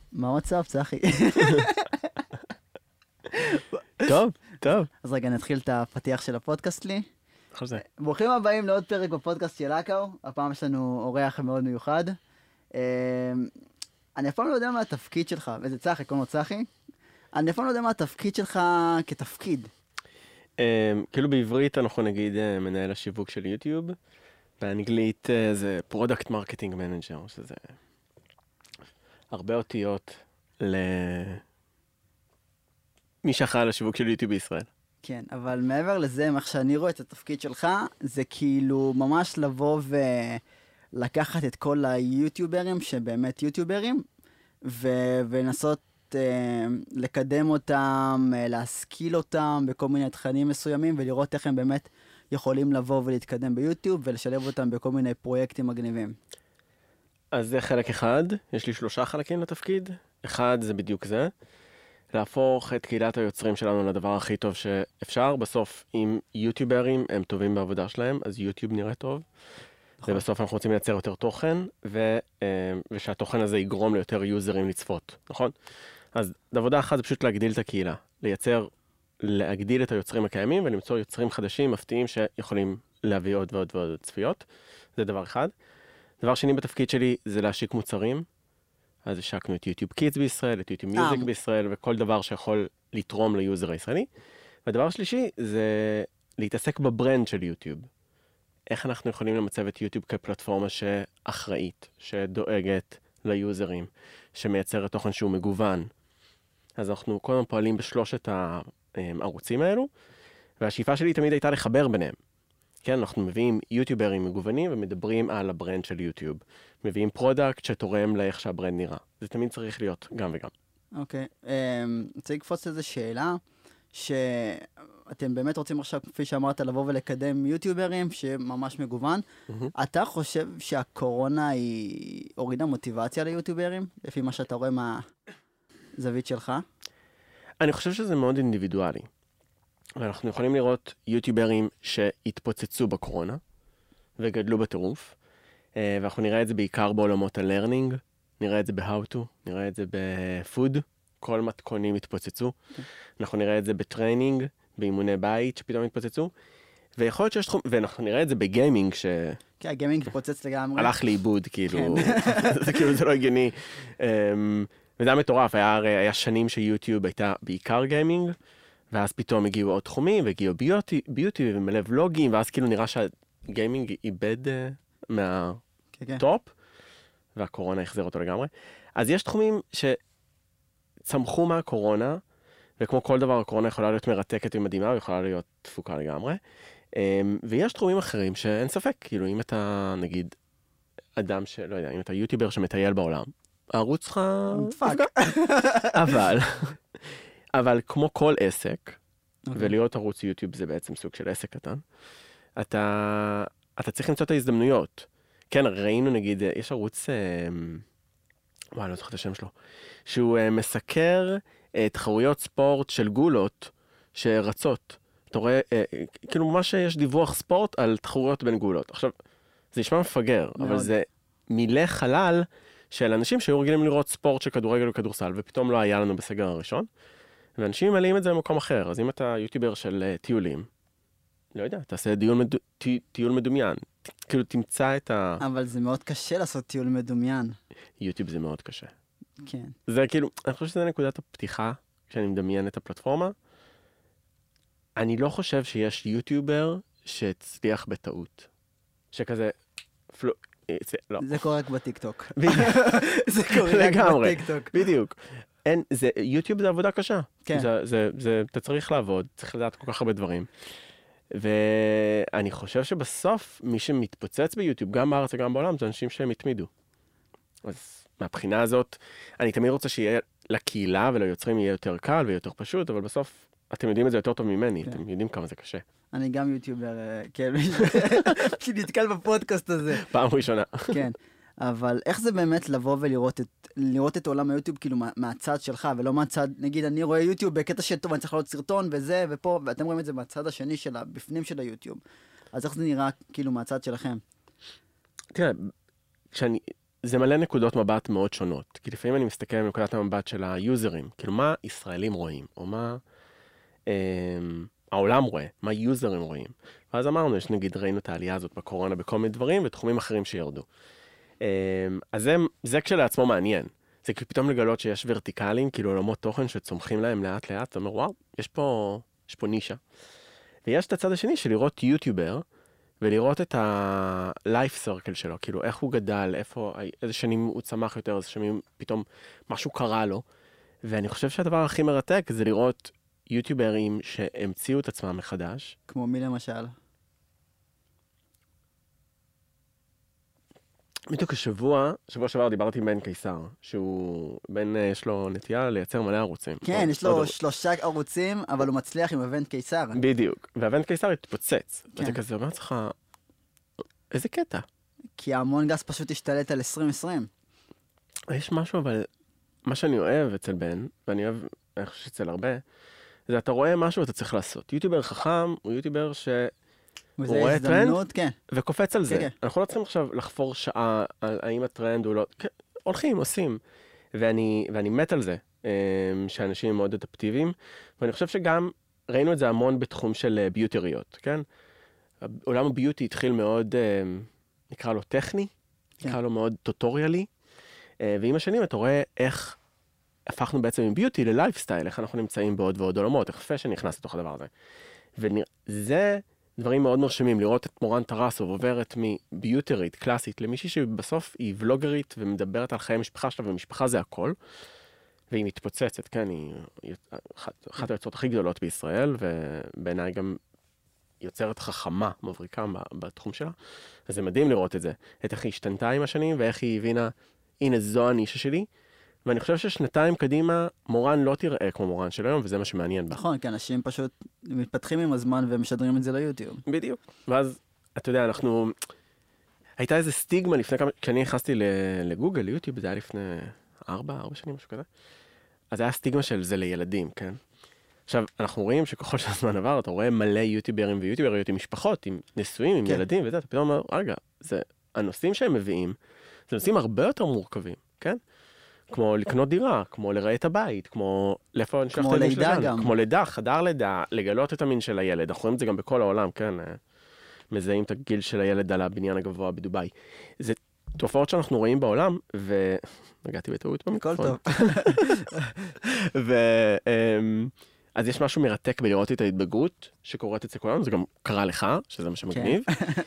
מה מצב, צחי? טוב, טוב. אז רגע, נתחיל את הפתיח של הפודקאסט לי. חוזה. ברוכים הבאים לעוד פרק בפודקאסט של אקאו. הפעם יש לנו אורח מאוד מיוחד. אני אף פעם לא יודע מה התפקיד שלך, וזה צחי, קוראים לו צחי. אני אף פעם לא יודע מה התפקיד שלך כתפקיד. כאילו בעברית אנחנו נגיד מנהל השיווק של יוטיוב, באנגלית זה פרודקט מרקטינג מנג'ר, שזה הרבה אותיות מי שאחראי על השיווק של יוטיוב בישראל. כן, אבל מעבר לזה, איך שאני רואה את התפקיד שלך, זה כאילו ממש לבוא ולקחת את כל היוטיוברים שבאמת יוטיוברים, ולנסות לקדם אותם, להשכיל אותם בכל מיני תכנים מסוימים, ולראות איך הם באמת יכולים לבוא ולהתקדם ביוטיוב, ולשלב אותם בכל מיני פרויקטים מגניבים. אז זה חלק אחד, יש לי 3 חלקים לתפקיד. אחד זה בדיוק זה, להפוך את קהילת היוצרים שלנו לדבר הכי טוב שאפשר. בסוף, אם יוטיוברים הם טובים בעבודה שלהם, אז יוטיוב נראה טוב. ובסוף אנחנו רוצים לייצר יותר תוכן, ושהתוכן הזה יגרום ליותר יוזרים לצפות, נכון? אז עבודה אחת זה פשוט להגדיל את הקהילה, להגדיל את היוצרים הקיימים, ולמצוא יוצרים חדשים, מפתיעים, שיכולים להביא עוד ועוד ועוד צפיות. זה דבר אחד. דבר שני בתפקיד שלי זה להשיק מוצרים. אז השקנו את יוטיוב קידס בישראל, את יוטיוב מיוזיק בישראל, וכל דבר שיכול לתרום ליוזר הישראלי. והדבר שלישי זה להתעסק בברנד של יוטיוב. איך אנחנו יכולים למצב את יוטיוב כפלטפורמה שאחראית, שדואגת ליוזרים, שמייצרת תוכן שהוא מגוון. אז אנחנו קודם פועלים בשלושת הערוצים האלו, והשאיפה שלי תמיד הייתה לחבר ביניהם. כן, אנחנו מביאים יוטיוברים מגוונים ומדברים על הברנד של יוטיוב. מביאים פרודקט שתורם לאיך שהברנד נראה. זה תמיד צריך להיות גם וגם. אוקיי. רוצה לקפוץ איזו שאלה, שאתם באמת רוצים עכשיו, כפי שאמרת, לבוא ולקדם יוטיוברים, שממש מגוון. אתה חושב שהקורונה היא הורידה מוטיבציה ליוטיוברים, לפי מה שאתה רואה מהזווית שלך? אני חושב שזה מאוד אינדיבידואלי. ואנחנו יכולים לראות יוטיוברים שהתפוצצו בקורונה, וגדלו בטירוף, ואנחנו נראה את זה בעיקר בעולמות הלרנינג, נראה את זה ב-how to, נראה את זה ב-food, כל מתכונים התפוצצו, אנחנו נראה את זה בטריינינג, באימוני בית שפתאום התפוצצו, ויכול להיות שיש תחום, ואנחנו נראה את זה בגיימינג כן, הגיימינג התפוצץ לגמרי. הלך לאיבוד, כאילו, זה כאילו זה לא הגיוני. וזה היה מטורף, היה שנים שיוטיוב הייתה בעיקר גיימינג, ואז פתאום הגיעו עוד תחומים, והגיעו ביוטיוב ומלא ולוגים, ואז כאילו נראה שהגיימינג איבד מהטופ, והקורונה החזיר אותו לגמרי. אז יש תחומים שצמחו מהקורונה, וכמו כל דבר, הקורונה יכולה להיות מרתקת ומדהימה, ויכולה להיות תפוקה לגמרי. ויש תחומים אחרים שאין ספק, כאילו אם אתה נגיד אדם שלא יודע, אם אתה יוטיובר שמטייל בעולם, הערוץ שלך נפגע. אבל כמו כל עסק, ולהיות ערוץ יוטיוב זה בעצם סוג של עסק קטן, אתה צריך למצוא את ההזדמנויות. כן, ראינו נגיד, יש ערוץ, אני לא זוכר את השם שלו, שהוא מסקר תחרויות ספורט של גולות שרצות. אתה רואה, כאילו ממש יש דיווח ספורט על תחרויות בין גולות. עכשיו, זה נשמע מפגר, אבל זה מילא חלל של אנשים שהיו רגילים לראות ספורט של כדורגל וכדורסל, ופתאום לא היה לנו בסגר הראשון. ואנשים מלאים את זה במקום אחר. אז אם אתה יוטיובר של טיולים, לא יודע, תעשה טיול מדומיין. כאילו תמצא את אבל זה מאוד קשה לעשות טיול מדומיין. יוטיוב זה מאוד קשה. כן. זה כאילו, אני חושב שזה נקודת הפתיחה, כשאני מדמיין את הפלטפורמה. אני לא חושב שיש יוטיובר שהצליח בטעות. שכזה, לא. זה קורה רק בטיקטוק. זה קורה רק בטיקטוק. בדיוק. יוטיוב זה עבודה קשה. כן. אתה צריך לעבוד, צריך לדעת כל כך הרבה דברים. ואני חושב שבסוף מי שמתפוצץ ביוטיוב, גם בארץ וגם בעולם, זה אנשים שהם התמידו. אז מהבחינה הזאת, אני תמיד רוצה שיהיה לקהילה וליוצרים יהיה יותר קל ויותר פשוט, אבל בסוף אתם יודעים את זה יותר טוב ממני, אתם יודעים כמה זה קשה. אני גם יוטיובר, כן, שנתקל בפודקאסט הזה. פעם ראשונה. כן. אבל איך זה באמת לבוא ולראות את עולם היוטיוב כאילו מהצד שלך, ולא מהצד, נגיד, אני רואה יוטיוב בקטע של טוב, אני צריך לעלות סרטון וזה ופה, ואתם רואים את זה מהצד השני של בפנים של היוטיוב. אז איך זה נראה כאילו מהצד שלכם? תראה, זה מלא נקודות מבט מאוד שונות, כי לפעמים אני מסתכל על נקודת המבט של היוזרים, כאילו מה ישראלים רואים, או מה העולם רואה, מה יוזרים רואים. ואז אמרנו, יש נגיד, ראינו את העלייה הזאת בקורונה בכל מיני דברים, ותחומים אחרים שירדו. אז זה כשלעצמו מעניין. זה כאילו פתאום לגלות שיש ורטיקלים, כאילו עולמות תוכן שצומחים להם לאט לאט, אתה אומר, וואו, יש פה נישה. ויש את הצד השני של לראות יוטיובר, ולראות את ה-life circle שלו, כאילו איך הוא גדל, איזה שנים הוא צמח יותר, איזה שנים פתאום משהו קרה לו. ואני חושב שהדבר הכי מרתק זה לראות יוטיוברים שהמציאו את עצמם מחדש. כמו מי למשל? בדיוק שבוע שעבר דיברתי עם בן קיסר, יש לו נטייה לייצר מלא ערוצים. כן, יש לו 3 ערוצים, אבל הוא מצליח עם אבנט קיסר. בדיוק, ואבנט קיסר התפוצץ. ואתה כזה אומר לך, איזה קטע? כי ההמון גס פשוט השתלט על 2020. יש משהו, אבל מה שאני אוהב אצל בן, ואני אוהב, אני חושב שאצל הרבה, זה אתה רואה משהו ואתה צריך לעשות. יוטיובר חכם הוא יוטיובר הוא רואה טרנד, וקופץ על זה. אנחנו לא צריכים עכשיו לחפור שעה על האם הטרנד הוא לא... הולכים, עושים. ואני מת על זה, שאנשים מאוד אדפטיביים, ואני חושב שגם ראינו את זה המון בתחום של ביוטריות, כן? עולם הביוטי התחיל מאוד, נקרא לו טכני, נקרא לו מאוד טוטוריאלי, ועם השנים אתה רואה איך הפכנו בעצם עם ביוטי ללייפסטייל, איך אנחנו נמצאים בעוד ועוד עולמות, איך פשן נכנס לתוך הדבר הזה. וזה דברים מאוד מרשימים, לראות את מורן טרסוב עוברת מביוטרית קלאסית למישהי שבסוף היא ולוגרית ומדברת על חיי משפחה שלה, ומשפחה זה הכל, והיא מתפוצצת, כן, היא אחת היוצרות הכי גדולות בישראל, ובעיניי גם יוצרת חכמה, מבריקה בתחום שלה, אז זה מדהים לראות את זה, את איך היא השתנתה עם השנים, ואיך היא הבינה, הנה זו הנישה שלי, ואני חושב ששנתיים קדימה, מורן לא תראה כמו מורן של היום, וזה מה שמעניין בה. נכון, כי אנשים פשוט מתפתחים עם הזמן ומשדרים את זה ליוטיוב. בדיוק. ואז, אתה יודע, הייתה איזו סטיגמה לפני כמה... כשאני נכנסתי לגוגל, ליוטיוב, זה היה לפני 4 שנים, משהו כזה. אז היה סטיגמה של זה לילדים, כן? עכשיו, אנחנו רואים שככל שהזמן עבר, אתה רואה מלא יוטיוברים ויוטיובריות עם משפחות, עם נשואים, עם ילדים, וזה, אתה פתאום אומר, רגע, הנושאים שהם מביאים, זה נושאים הרבה יותר מורכבים, כן? כמו לקנות דירה, כמו לראה את הבית, כמו לאיפה נשלח את הילדים שלנו, כמו לידה, חדר לידה, לגלות את המין של הילד. אנחנו רואים את זה גם בכל העולם, כן? מזהים את הגיל של הילד על הבניין הגבוה בדוביי. זה תופעות שאנחנו רואים בעולם, נגעתי בטעות במיקרופון. הכל טוב. אז יש משהו מרתק בלראות את ההתבגרות שקורית אצל כולנו, זה גם קרה לך, שזה מה שמגניב.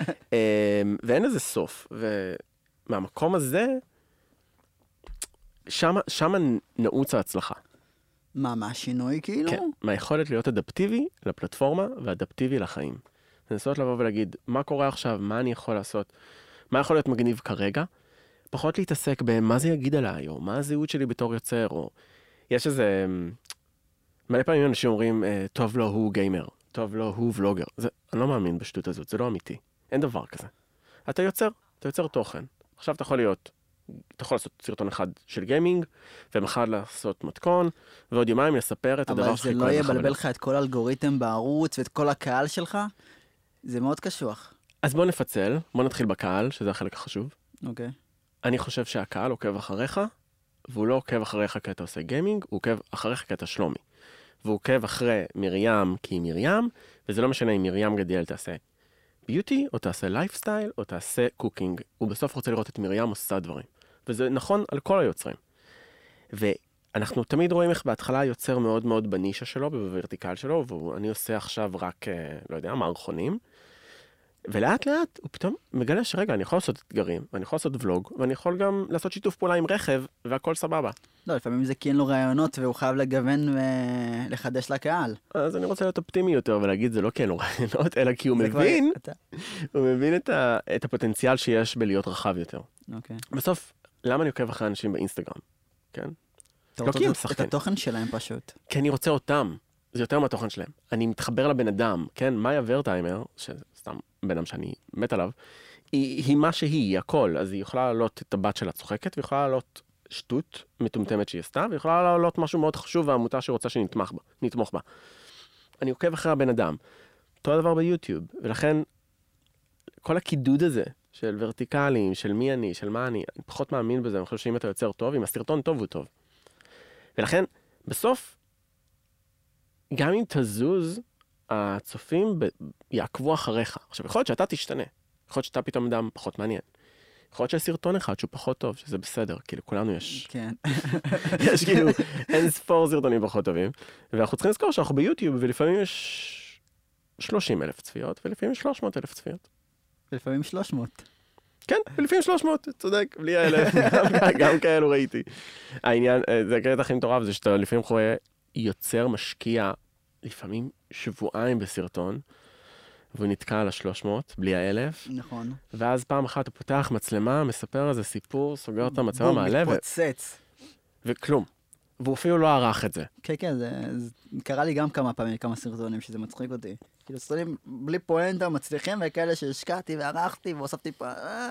ואין איזה סוף. ומהמקום הזה, שמה נעוץ ההצלחה. מה השינוי כאילו? כן, מהיכולת להיות אדפטיבי לפלטפורמה ואדפטיבי לחיים. לנסות לבוא ולהגיד, מה קורה עכשיו, מה אני יכול לעשות, מה יכול להיות מגניב כרגע, פחות להתעסק במה זה יגיד עליי, או מה הזהות שלי בתור יוצר, או... יש איזה... מלא פעמים אנשים אומרים, טוב לו הוא גיימר, טוב לו הוא ולוגר. אני לא מאמין בשטות הזאת, זה לא אמיתי. אין דבר כזה. אתה יוצר תוכן. עכשיו אתה יכול לעשות סרטון אחד של גיימינג, ומחר לעשות מתכון, ועוד יומיים לספר את הדבר שחי כל אבל זה לא יבלבל לך את כל האלגוריתם בערוץ, ואת כל הקהל שלך? זה מאוד קשוח. אז בוא נפצל, בוא נתחיל בקהל, שזה החלק החשוב. אוקיי. אני חושב שהקהל עוקב אחריך, והוא לא עוקב אחריך כי אתה עושה גיימינג, הוא עוקב אחריך כי אתה שלומי. והוא עוקב אחרי מרים כי היא מרים, וזה לא משנה אם מרים גדיאל תעשה ביוטי, או תעשה לייפסטייל, או תעשה קוקינג. הוא בסוף רוצה לראות את מרים עושה דברים. וזה נכון על כל היוצרים. ואנחנו תמיד רואים איך בהתחלה היוצר מאוד מאוד בנישה שלו, בוורטיקל שלו, ואני עושה עכשיו רק, לא יודע, מערכונים. ולאט לאט הוא פתאום מגלה שרגע, אני יכול לעשות אתגרים, ואני יכול לעשות ולוג, ואני יכול גם לעשות שיתוף פעולה עם רכב, והכל סבבה. לא, לפעמים זה כי אין לו רעיונות, והוא חייב לגוון ולחדש לקהל. אז אני רוצה להיות אופטימי יותר, ולהגיד, זה לא כי אין לו רעיונות, אלא כי הוא מבין את הפוטנציאל שיש בלהיות רחב יותר. אוקיי. בסוף, למה אני עוקב אחרי אנשים באינסטגרם? כן? אתה רוצה את התוכן שלהם פשוט. כי אני רוצה אותם. זה יותר מהתוכן שלהם. אני מתחבר לבן אדם, כן? מאיה ורטהיימר, שסתם בן אדם שאני מת עליו, היא מה שהיא, הכל. אז היא יכולה לעלות את הבת שלה צוחקת, ויכולה לעלות שטות מטומטמת שהיא עשתה, ויכולה לעלות משהו מאוד חשוב, והעמותה שרוצה שנתמוך בה. אני עוקב אחרי הבן אדם. אותו הדבר ביוטיוב, ולכן כל הקידוד הזה של ורטיקלים, של מי אני, של מה אני פחות מאמין בזה, אני חושב שאם אתה יוצר טוב, אם הסרטון טוב הוא טוב. ולכן, בסוף, גם אם תזוז, הצופים יעקבו אחריך. עכשיו, יכול להיות שאתה תשתנה, יכול להיות שאתה פתאום אדם פחות מעניין. יכול להיות שיש סרטון אחד שהוא פחות טוב, שזה בסדר, כאילו כולנו יש... כן. יש כאילו אין ספור סרטונים פחות טובים, ואנחנו צריכים לזכור שאנחנו ביוטיוב, ולפעמים יש 30,000 צפיות, ולפעמים 300,000 צפיות. ולפעמים 300. כן, ולפעמים 300, צודק, בלי האלף, גם כאלו ראיתי. העניין, זה הקטע הכי מטורף, זה שאתה לפעמים רואה יוצר משקיע, לפעמים שבועיים בסרטון, והוא נתקע על 300, בלי האלף. נכון. ואז פעם אחת הוא פותח מצלמה, מספר איזה סיפור, סוגר את המצלמה מעלה, מתפוצץ. וכלום. והוא אפילו לא ערך את זה. כן, כן, זה קרה לי גם כמה פעמים, כמה סרטונים, שזה מצחיק אותי. כאילו, סרטונים בלי פואנטה מצליחים, וכאלה שהשקעתי וערכתי והוספתי פה...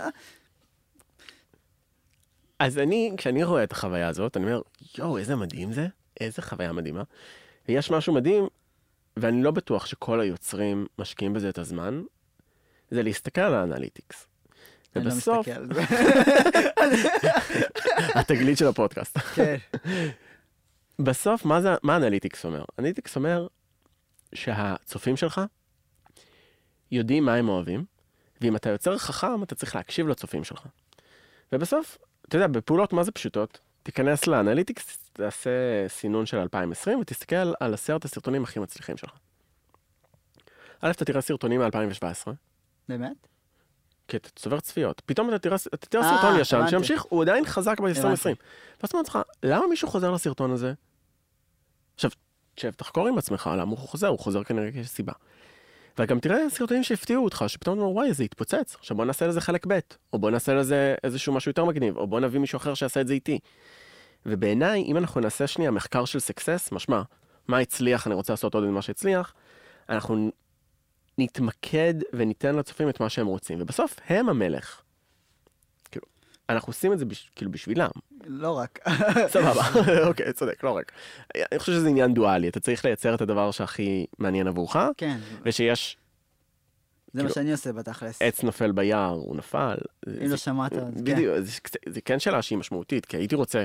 אז כשאני רואה את החוויה הזאת, אני אומר, יואו, איזה מדהים זה, איזה חוויה מדהימה. ויש משהו מדהים, ואני לא בטוח שכל היוצרים משקיעים בזה את הזמן, זה להסתכל על האנליטיקס. ובסוף... אני לא מסתכל על זה. התגלית של הפודקאסט. כן. בסוף, מה אנליטיקס אומר? אנליטיקס אומר שהצופים שלך יודעים מה הם אוהבים, ואם אתה יוצר חכם, אתה צריך להקשיב לצופים שלך. ובסוף, אתה יודע, בפעולות מה זה פשוטות? תיכנס לאנליטיקס, תעשה סינון של 2020, ותסתכל על 10 הסרטונים הכי מצליחים שלך. א', אתה תראה סרטונים מ-2017. באמת? כי אתה צובר צפיות. פתאום אתה תראה סרטון ישן שימשיך, הוא עדיין חזק ב-2020. ואז אתה אומר לך, למה מישהו חוזר לסרטון הזה? עכשיו, תחקור עם עצמך, למה הוא חוזר כנראה יש סיבה. וגם תראה סרטונים שהפתיעו אותך, שפתאום אתה אומר, וואי, זה התפוצץ. עכשיו בוא נעשה לזה חלק ב', או בוא נעשה לזה איזשהו משהו יותר מגניב, או בוא נביא מישהו אחר שיעשה את זה איתי. ובעיניי, אם אנחנו נעשה שנייה מחקר של סקסס, משמע, מה הצליח, אני רוצה לעשות עוד ממה שהצליח, אנחנו נתמקד וניתן לצופים את מה שהם רוצים, ובסוף הם המלך. כאילו, אנחנו עושים את זה כאילו בשבילם. לא רק. סבבה, אוקיי, צודק, לא רק. אני חושב שזה עניין דואלי, אתה צריך לייצר את הדבר שהכי מעניין עבורך, כן. ושיש... זה מה שאני עושה בתכלס. עץ נופל ביער, הוא נפל. אם לא שמעת, בדיוק, זה כן שאלה שהיא משמעותית, כי הייתי רוצה...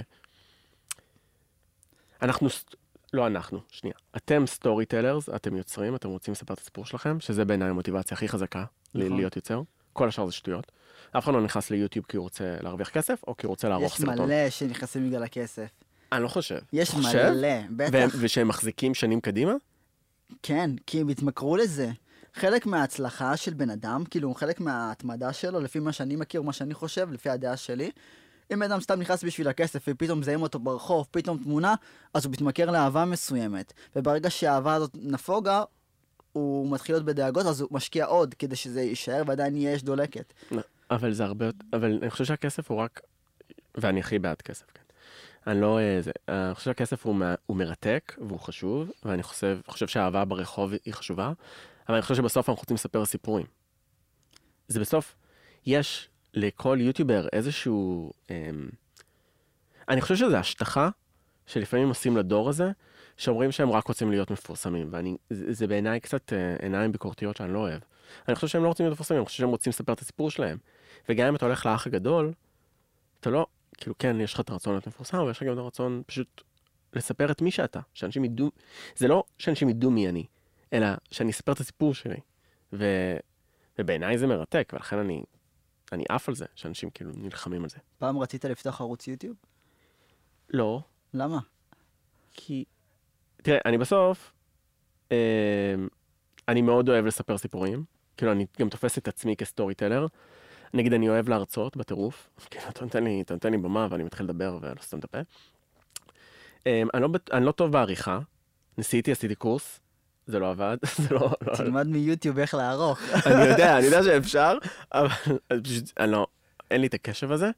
שנייה. אתם סטורי טלרס, אתם יוצרים, אתם רוצים לספר את הסיפור שלכם, שזה בעיניי המוטיבציה הכי חזקה להיות יוצר. כל השאר זה שטויות. אף אחד לא נכנס ליוטיוב כי הוא רוצה להרוויח כסף, או כי הוא רוצה לערוך סרטון. יש מלא שנכנסים בגלל הכסף. אני לא חושב. יש מלא, בטח. ושהם מחזיקים שנים קדימה? כן, כי הם התמכרו לזה. חלק מההצלחה של בן אדם, כאילו חלק מההתמדה שלו, לפי מה שאני מכיר, מה שאני חושב, לפי הדעה שלי, אם אדם סתם נכנס בשביל הכסף ופתאום זהים אותו ברחוב, פתאום תמונה, אז הוא מתמכר לאהבה מסוימת. וברגע שהאהבה הזאת נפוגה, הוא מתחיל להיות בדאגות, אז הוא משקיע עוד כדי שזה יישאר ועדיין יהיה אש דולקת. אבל זה הרבה... אבל אני חושב שהכסף הוא רק... ואני הכי בעד כסף, כן. אני חושב שהכסף הוא מרתק והוא חשוב, ואני חושב שהאהבה ברחוב היא חשובה, אבל אני חושב שבסוף אנחנו רוצים לספר סיפורים. זה בסוף, יש לכל יוטיובר איזשהו... אני חושב שזה השטחה שלפעמים עושים לדור הזה, שאומרים שהם רק רוצים להיות מפורסמים, וזה בעיניי קצת עיניים ביקורתיות שאני לא אוהב. אני חושב שהם לא רוצים להיות מפורסמים, אני חושב שהם רוצים לספר את הסיפור שלהם. וגם אם אתה הולך לאח הגדול, אתה לא... כאילו כן, יש לך את הרצון להיות מפורסם, אבל יש לך גם את הרצון פשוט לספר את מי שאתה, שאנשים ידעו... זה לא שאנשים ידעו מי אני, אלא שאני אספר את הסיפור שלי. ובעיניי זה מרתק, ולכן אני עף על זה, שאנשים כאילו נלחמים על זה. פעם רצית לפתוח ערוץ יוטיוב? לא. למה? כי... תראה, אני בסוף... אני מאוד אוהב לספר סיפורים. כאילו, אני גם תופס את עצמי כסטורי טלר. נגיד, אני אוהב להרצות בטירוף. כאילו, אתה נותן לי במה, ואני מתחיל לדבר ולא סתם את הפה. אני לא טוב בעריכה. עשיתי קורס. זה לא עבד. תלמד מיוטיוב איך לערוך. אני יודע שאפשר, אבל פשוט, אין לי את הקשב הזה.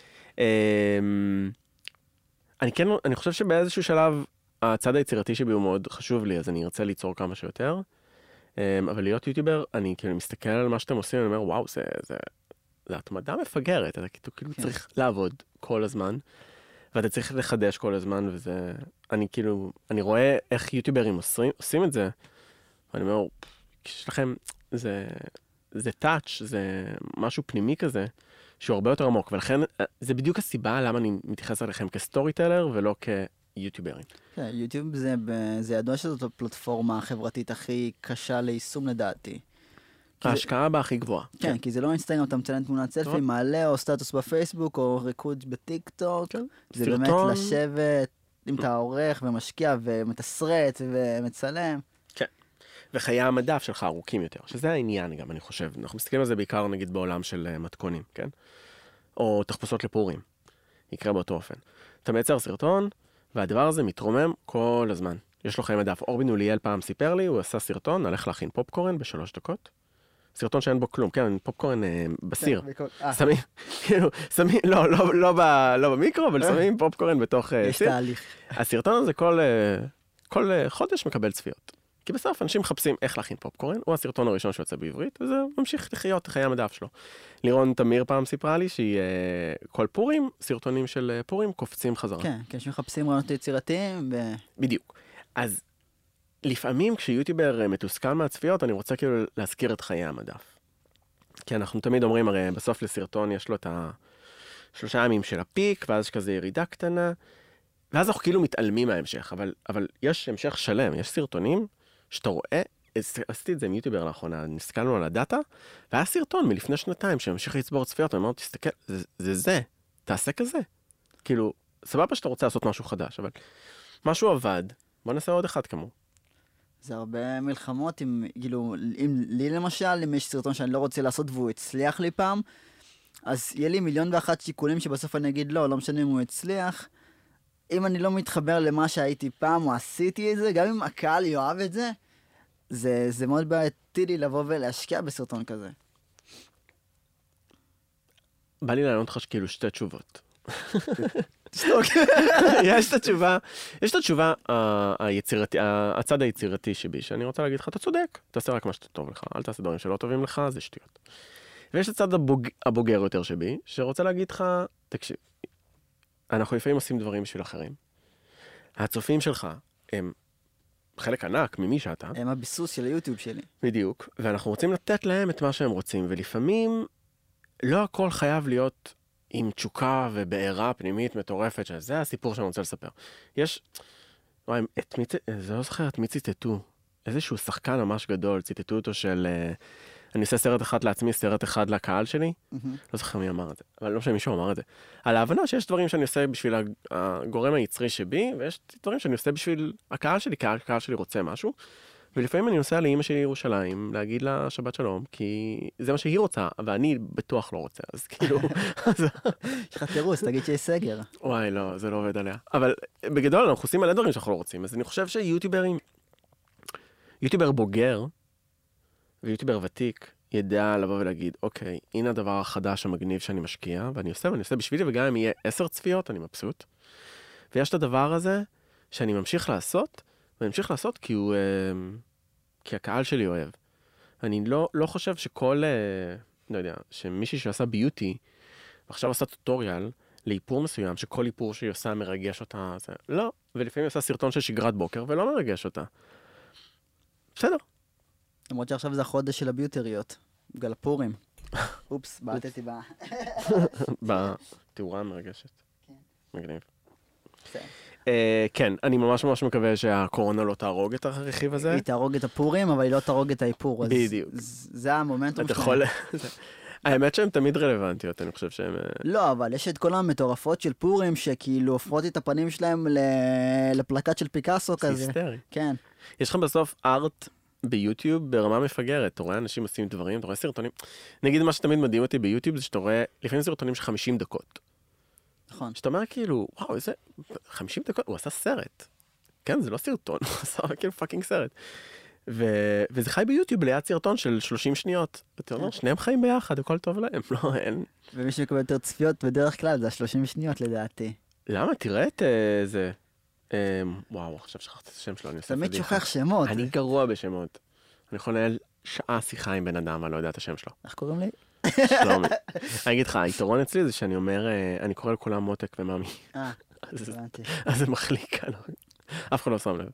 אני חושב שבאיזשהו שלב, הצד היצירתי שבי הוא מאוד חשוב לי, אז אני ארצה ליצור כמה שיותר. אבל להיות יוטיובר, אני כאילו מסתכל על מה שאתם עושים, אני אומר, וואו, זה התמדה מפגרת, אתה כאילו צריך לעבוד כל הזמן, ואתה צריך לחדש כל הזמן, וזה, אני רואה איך יוטיוברים עושים את זה, ואני אומר, יש לכם, זה טאץ', זה משהו פנימי כזה, שהוא הרבה יותר עמוק, ולכן זה בדיוק הסיבה למה אני מתייחס אליכם כסטורי טלר ולא כיוטיוברים. כן, יוטיוב זה ידוע שזאת הפלטפורמה החברתית הכי קשה ליישום לדעתי. ההשקעה בה הכי גבוהה. כן, כי זה לא אינסטגרם, אתה מצלם תמונת סלפי, מעלה או סטטוס בפייסבוק או ריקוד בטיק טוק. זה באמת לשבת, אם אתה עורך ומשקיע ומתסרט ומצלם. כן, וחיי המדף שלך ארוכים יותר, שזה העניין גם, אני חושב. אנחנו מסתכלים על זה בעיקר, נגיד, בעולם של מתכונים, כן? או תחפושות לפורים. יקרה באותו אופן. אתה מייצר סרטון, והדבר הזה מתרומם כל הזמן. יש לו חיי מדף. אורבין אוליאל פעם סיפר לי, הוא עשה סרטון, הלך להכין פופקורן ב3 דקות. סרטון שאין בו כלום, כן, פופקורן בסיר. שמים, כאילו, שמים, לא במיקרו, אבל שמים פופקורן בתוך סיר. יש תהליך. הסרטון הזה כל חודש מקבל צפיות. כי בסוף אנשים מחפשים איך להכין פופקורן, הוא הסרטון הראשון שיוצא בעברית, וזה ממשיך לחיות חיי המדף שלו. לירון תמיר פעם סיפרה לי שהיא כל פורים, סרטונים של פורים קופצים חזרה. כן, כי אנשים מחפשים רעיונות יצירתיים. בדיוק. אז לפעמים כשיוטיובר מתוסכל מהצפיות, אני רוצה כאילו להזכיר את חיי המדף. כי אנחנו תמיד אומרים, הרי בסוף לסרטון יש לו את 3 ימים של הפיק, ואז יש כזה ירידה קטנה, ואז אנחנו כאילו מתעלמים מההמשך, אבל יש המשך שלם, יש סרטונים שאתה רואה, עשיתי את זה עם יוטיובר לאחרונה, נסתכלנו על הדאטה, והיה סרטון מלפני 2 שהמשיך לצבור צפיות, ואני אומר, תסתכל, זה, תעשה כזה. כאילו, סבבה שאתה רוצה לעשות משהו חדש, אבל משהו עבד, בוא נעשה עוד אחד כמו. זה הרבה מלחמות, כאילו, לי למשל, אם יש סרטון שאני לא רוצה לעשות והוא הצליח לי פעם, אז יהיה לי 1,001,000 שיקולים שבסוף אני אגיד לא משנה אם הוא הצליח. אם אני לא מתחבר למה שהייתי פעם או עשיתי את זה, גם אם הקהל יאהב את זה, זה מאוד בעייתי לי לבוא ולהשקיע בסרטון כזה. בא לי לענות לך כאילו 2 תשובות. יש את התשובה היצירתי, הצד היצירתי שבי, שאני רוצה להגיד לך, אתה צודק, תעשה רק מה שאתה טוב לך, אל תעשה דברים שלא טובים לך, זה שטויות. ויש את הצד הבוגר יותר שבי, שרוצה להגיד לך, תקשיב, אנחנו לפעמים עושים דברים בשביל אחרים. הצופים שלך הם חלק ענק ממי שאתה. הם הביסוס של היוטיוב שלי. בדיוק, ואנחנו רוצים לתת להם את מה שהם רוצים, ולפעמים לא הכל חייב להיות עם תשוקה ובעירה פנימית מטורפת, שזה הסיפור שאני רוצה לספר. יש, וואי, זה לא זוכר את מי ציטטו, איזשהו שחקן ממש גדול, ציטטו אותו של, אני עושה סרט אחד לעצמי, סרט אחד לקהל שלי, לא זוכר מי אמר את זה, אבל לא משנה מישהו אמר את זה. על ההבנה שיש דברים שאני עושה בשביל הגורם היצרי שבי, ויש דברים שאני עושה בשביל הקהל שלי, כי הקהל שלי רוצה משהו, ולפעמים אני נוסע לאמא שלי ירושלים, להגיד לה שבת שלום, כי זה מה שהיא רוצה, ואני בטוח לא רוצה, אז כאילו... יש לך תירוץ, תגיד שיש סגר. וואי, לא, זה לא עובד עליה. אבל בגדול אנחנו עושים מלא דברים שאנחנו לא רוצים, אז אני חושב שיוטיוברים, יוטיובר בוגר, ויוטיובר ותיק, ידע לבוא ולהגיד, אוקיי, הנה הדבר החדש המגניב שאני משקיע, ואני עושה בשבילי, וגם אם יהיה 10 צפיות, אני מבסוט. ויש את הדבר הזה שאני ממשיך לעשות, ואני ממשיך לעשות כי הקהל שלי אוהב. אני לא חושב שכל, לא יודע, שמישהי שעשה ביוטי, ועכשיו עשה טוטוריאל לאיפור מסוים, שכל איפור שהיא עושה מרגש אותה, זה לא. ולפעמים היא עושה סרטון של שגרת בוקר, ולא מרגש אותה. בסדר. למרות שעכשיו זה החודש של הביוטריות, גל הפורים. אופס, בעטתי בה. בתאורה מרגשת. מגניב. כן, אני ממש ממש מקווה שהקורונה לא תהרוג את הרכיב הזה. היא תהרוג את הפורים, אבל היא לא תהרוג את האיפור. בדיוק. זה המומנטום שלהם. האמת שהן תמיד רלוונטיות, אני חושב שהן... לא, אבל יש את כל המטורפות של פורים, שכאילו הופכות את הפנים שלהם לפלקט של פיקאסו כזה. היסטרי. כן. יש לך בסוף ארט ביוטיוב ברמה מפגרת. אתה רואה אנשים עושים דברים, אתה רואה סרטונים. נגיד מה שתמיד מדהים אותי ביוטיוב, זה שאתה רואה לפעמים סרטונים של 50 דקות. נכון. שאתה אומר כאילו, וואו, איזה 50 דקות, הוא עשה סרט. כן, זה לא סרטון, הוא עשה כאילו פאקינג סרט. וזה חי ביוטיוב ליד סרטון של 30 שניות. אתה אומר, שניהם חיים ביחד, הכל טוב להם, לא, אין. ומי שמקבל יותר צפיות בדרך כלל, זה 30 שניות לדעתי. למה? תראה את זה. וואו, עכשיו שכחתי את השם שלו, אני עושה תמיד שוכח שמות. אני גרוע בשמות. אני יכול לנהל שעה שיחה עם בן אדם, אני לא יודע את השם שלו. איך קוראים לי? שלומי. אני אגיד לך, היתרון אצלי זה שאני אומר, אני קורא לכולם מותק ומאמי. הבנתי. אז זה מחליק, אף אחד לא שם לב.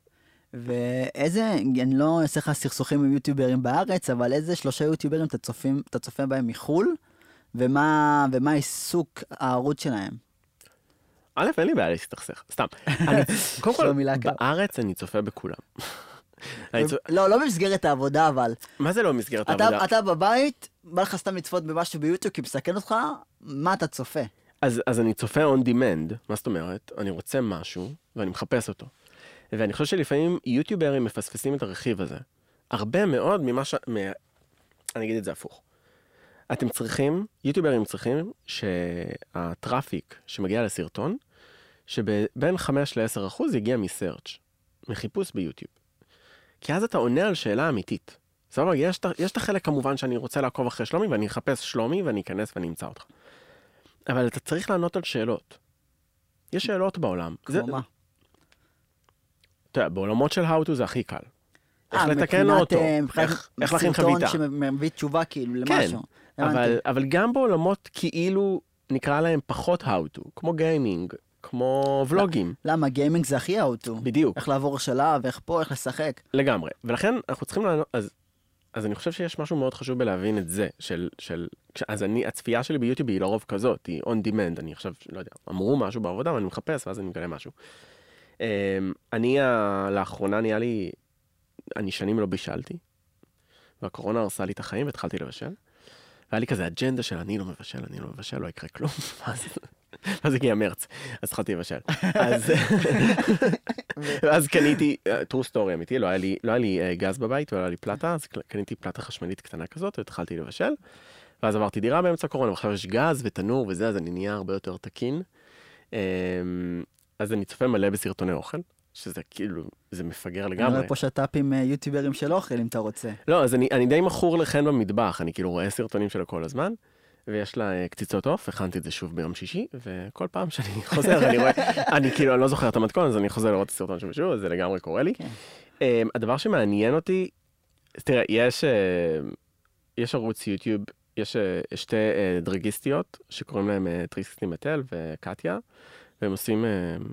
ואיזה, אני לא אעשה לך סכסוכים עם יוטיוברים בארץ, אבל איזה 3 יוטיוברים אתה צופה בהם מחול, ומה העיסוק הערוץ שלהם? א', אין לי בעיה להסתכסך, סתם. קודם כל, בארץ אני צופה בכולם. לא במסגרת העבודה, אבל... מה זה לא במסגרת העבודה? אתה בבית, בא לך סתם לצפות במשהו ביוטיוב, כי מסכן אותך, מה אתה צופה? אז אני צופה on demand, מה זאת אומרת? אני רוצה משהו, ואני מחפש אותו. ואני חושב שלפעמים יוטיוברים מפספסים את הרכיב הזה. הרבה מאוד אני אגיד את זה הפוך. יוטיוברים צריכים שהטראפיק שמגיע לסרטון, שבין 5 ל-10% יגיע מסרצ', מחיפוש ביוטיוב. כי אז אתה עונה על שאלה אמיתית. סבבה, יש את החלק כמובן שאני רוצה לעקוב אחרי שלומי, ואני אחפש שלומי, ואני אכנס ואני אמצא אותך. אבל אתה צריך לענות על שאלות. יש שאלות בעולם. כמו מה? אתה יודע, בעולמות של how to זה הכי קל. איך לתקן אותו, איך להכין חביתה. סרטון שמביא תשובה כאילו למשהו. כן, אבל גם בעולמות כאילו נקרא להם פחות how to, כמו גיימינג, כמו ולוגים. למה? גיימינג זה הכי how to. בדיוק. איך לעבור שלב, איך פה, איך לשחק. לגמרי. ולכן אנחנו צריכים לענות, אז אני חושב שיש משהו מאוד חשוב בלהבין את זה, אז הצפייה שלי ביוטיוב היא לרוב כזאת, היא on demand, אני עכשיו, לא יודע, אמרו משהו בעבודה, ואני מחפש, ואז אני מגלה משהו. לאחרונה אני שנים לא בישלתי, והקורונה הרסה לי את החיים, והתחלתי לבשל, והיה לי כזה אג'נדה של אני לא מבשל, לא יקרה כלום, אז הגיע מרץ, אז התחלתי לבשל. ואז קניתי, true story אמיתי, לא היה לי גז בבית, ולא היה לי פלטה, אז קניתי פלטה חשמלית קטנה כזאת, והתחלתי לבשל, ואז עברתי דירה באמצע הקורונה, ועכשיו יש גז ותנור וזה, אז אני נהיה הרבה יותר תקין. אז אני צופה מלא בסרטוני אוכל, שזה כאילו, זה מפגר לגמרי. אני רואה פה שטאפ עם יוטיוברים של אוכל, אם אתה רוצה. לא, אז אני די מכור לכן במטבח, אני כאילו רואה סרטונים שלו כל הזמן, ויש לה קציצות עוף, הכנתי את זה שוב ביום שישי, וכל פעם שאני חוזר, אני רואה, אני כאילו, אני לא זוכר את המתכון, אז אני חוזר לראות את הסרטון שוב, אז זה לגמרי קורה לי. הדבר שמעניין אותי, תראה, יש ערוץ יוטיוב, יש 2 דרגיסטיות, שקוראים להם טריסטי מטל וקטיה, והם עושים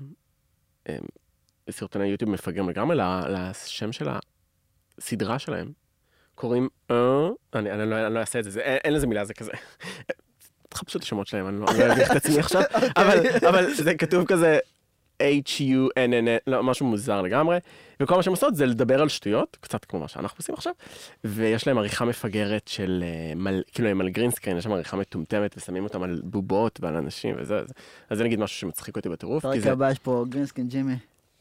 סרטוני יוטיוב מפגרים לגמרי, לשם של הסדרה שלהם. קוראים, אני לא אעשה את זה, אין לזה מילה, זה כזה. תחפשו את השמות שלהם, אני לא אוהב את עצמי עכשיו, אבל זה כתוב כזה H-U-N-N, לא, משהו מוזר לגמרי, וכל מה שהם עושות זה לדבר על שטויות, קצת כמו מה שאנחנו עושים עכשיו, ויש להם עריכה מפגרת של, כאילו הם על גרינסקרין, יש להם עריכה מטומטמת, ושמים אותם על בובות ועל אנשים וזה, אז זה נגיד משהו שמצחיק אותי בטירוף. פרק הבא יש פה גרינסקרין ג'ימי.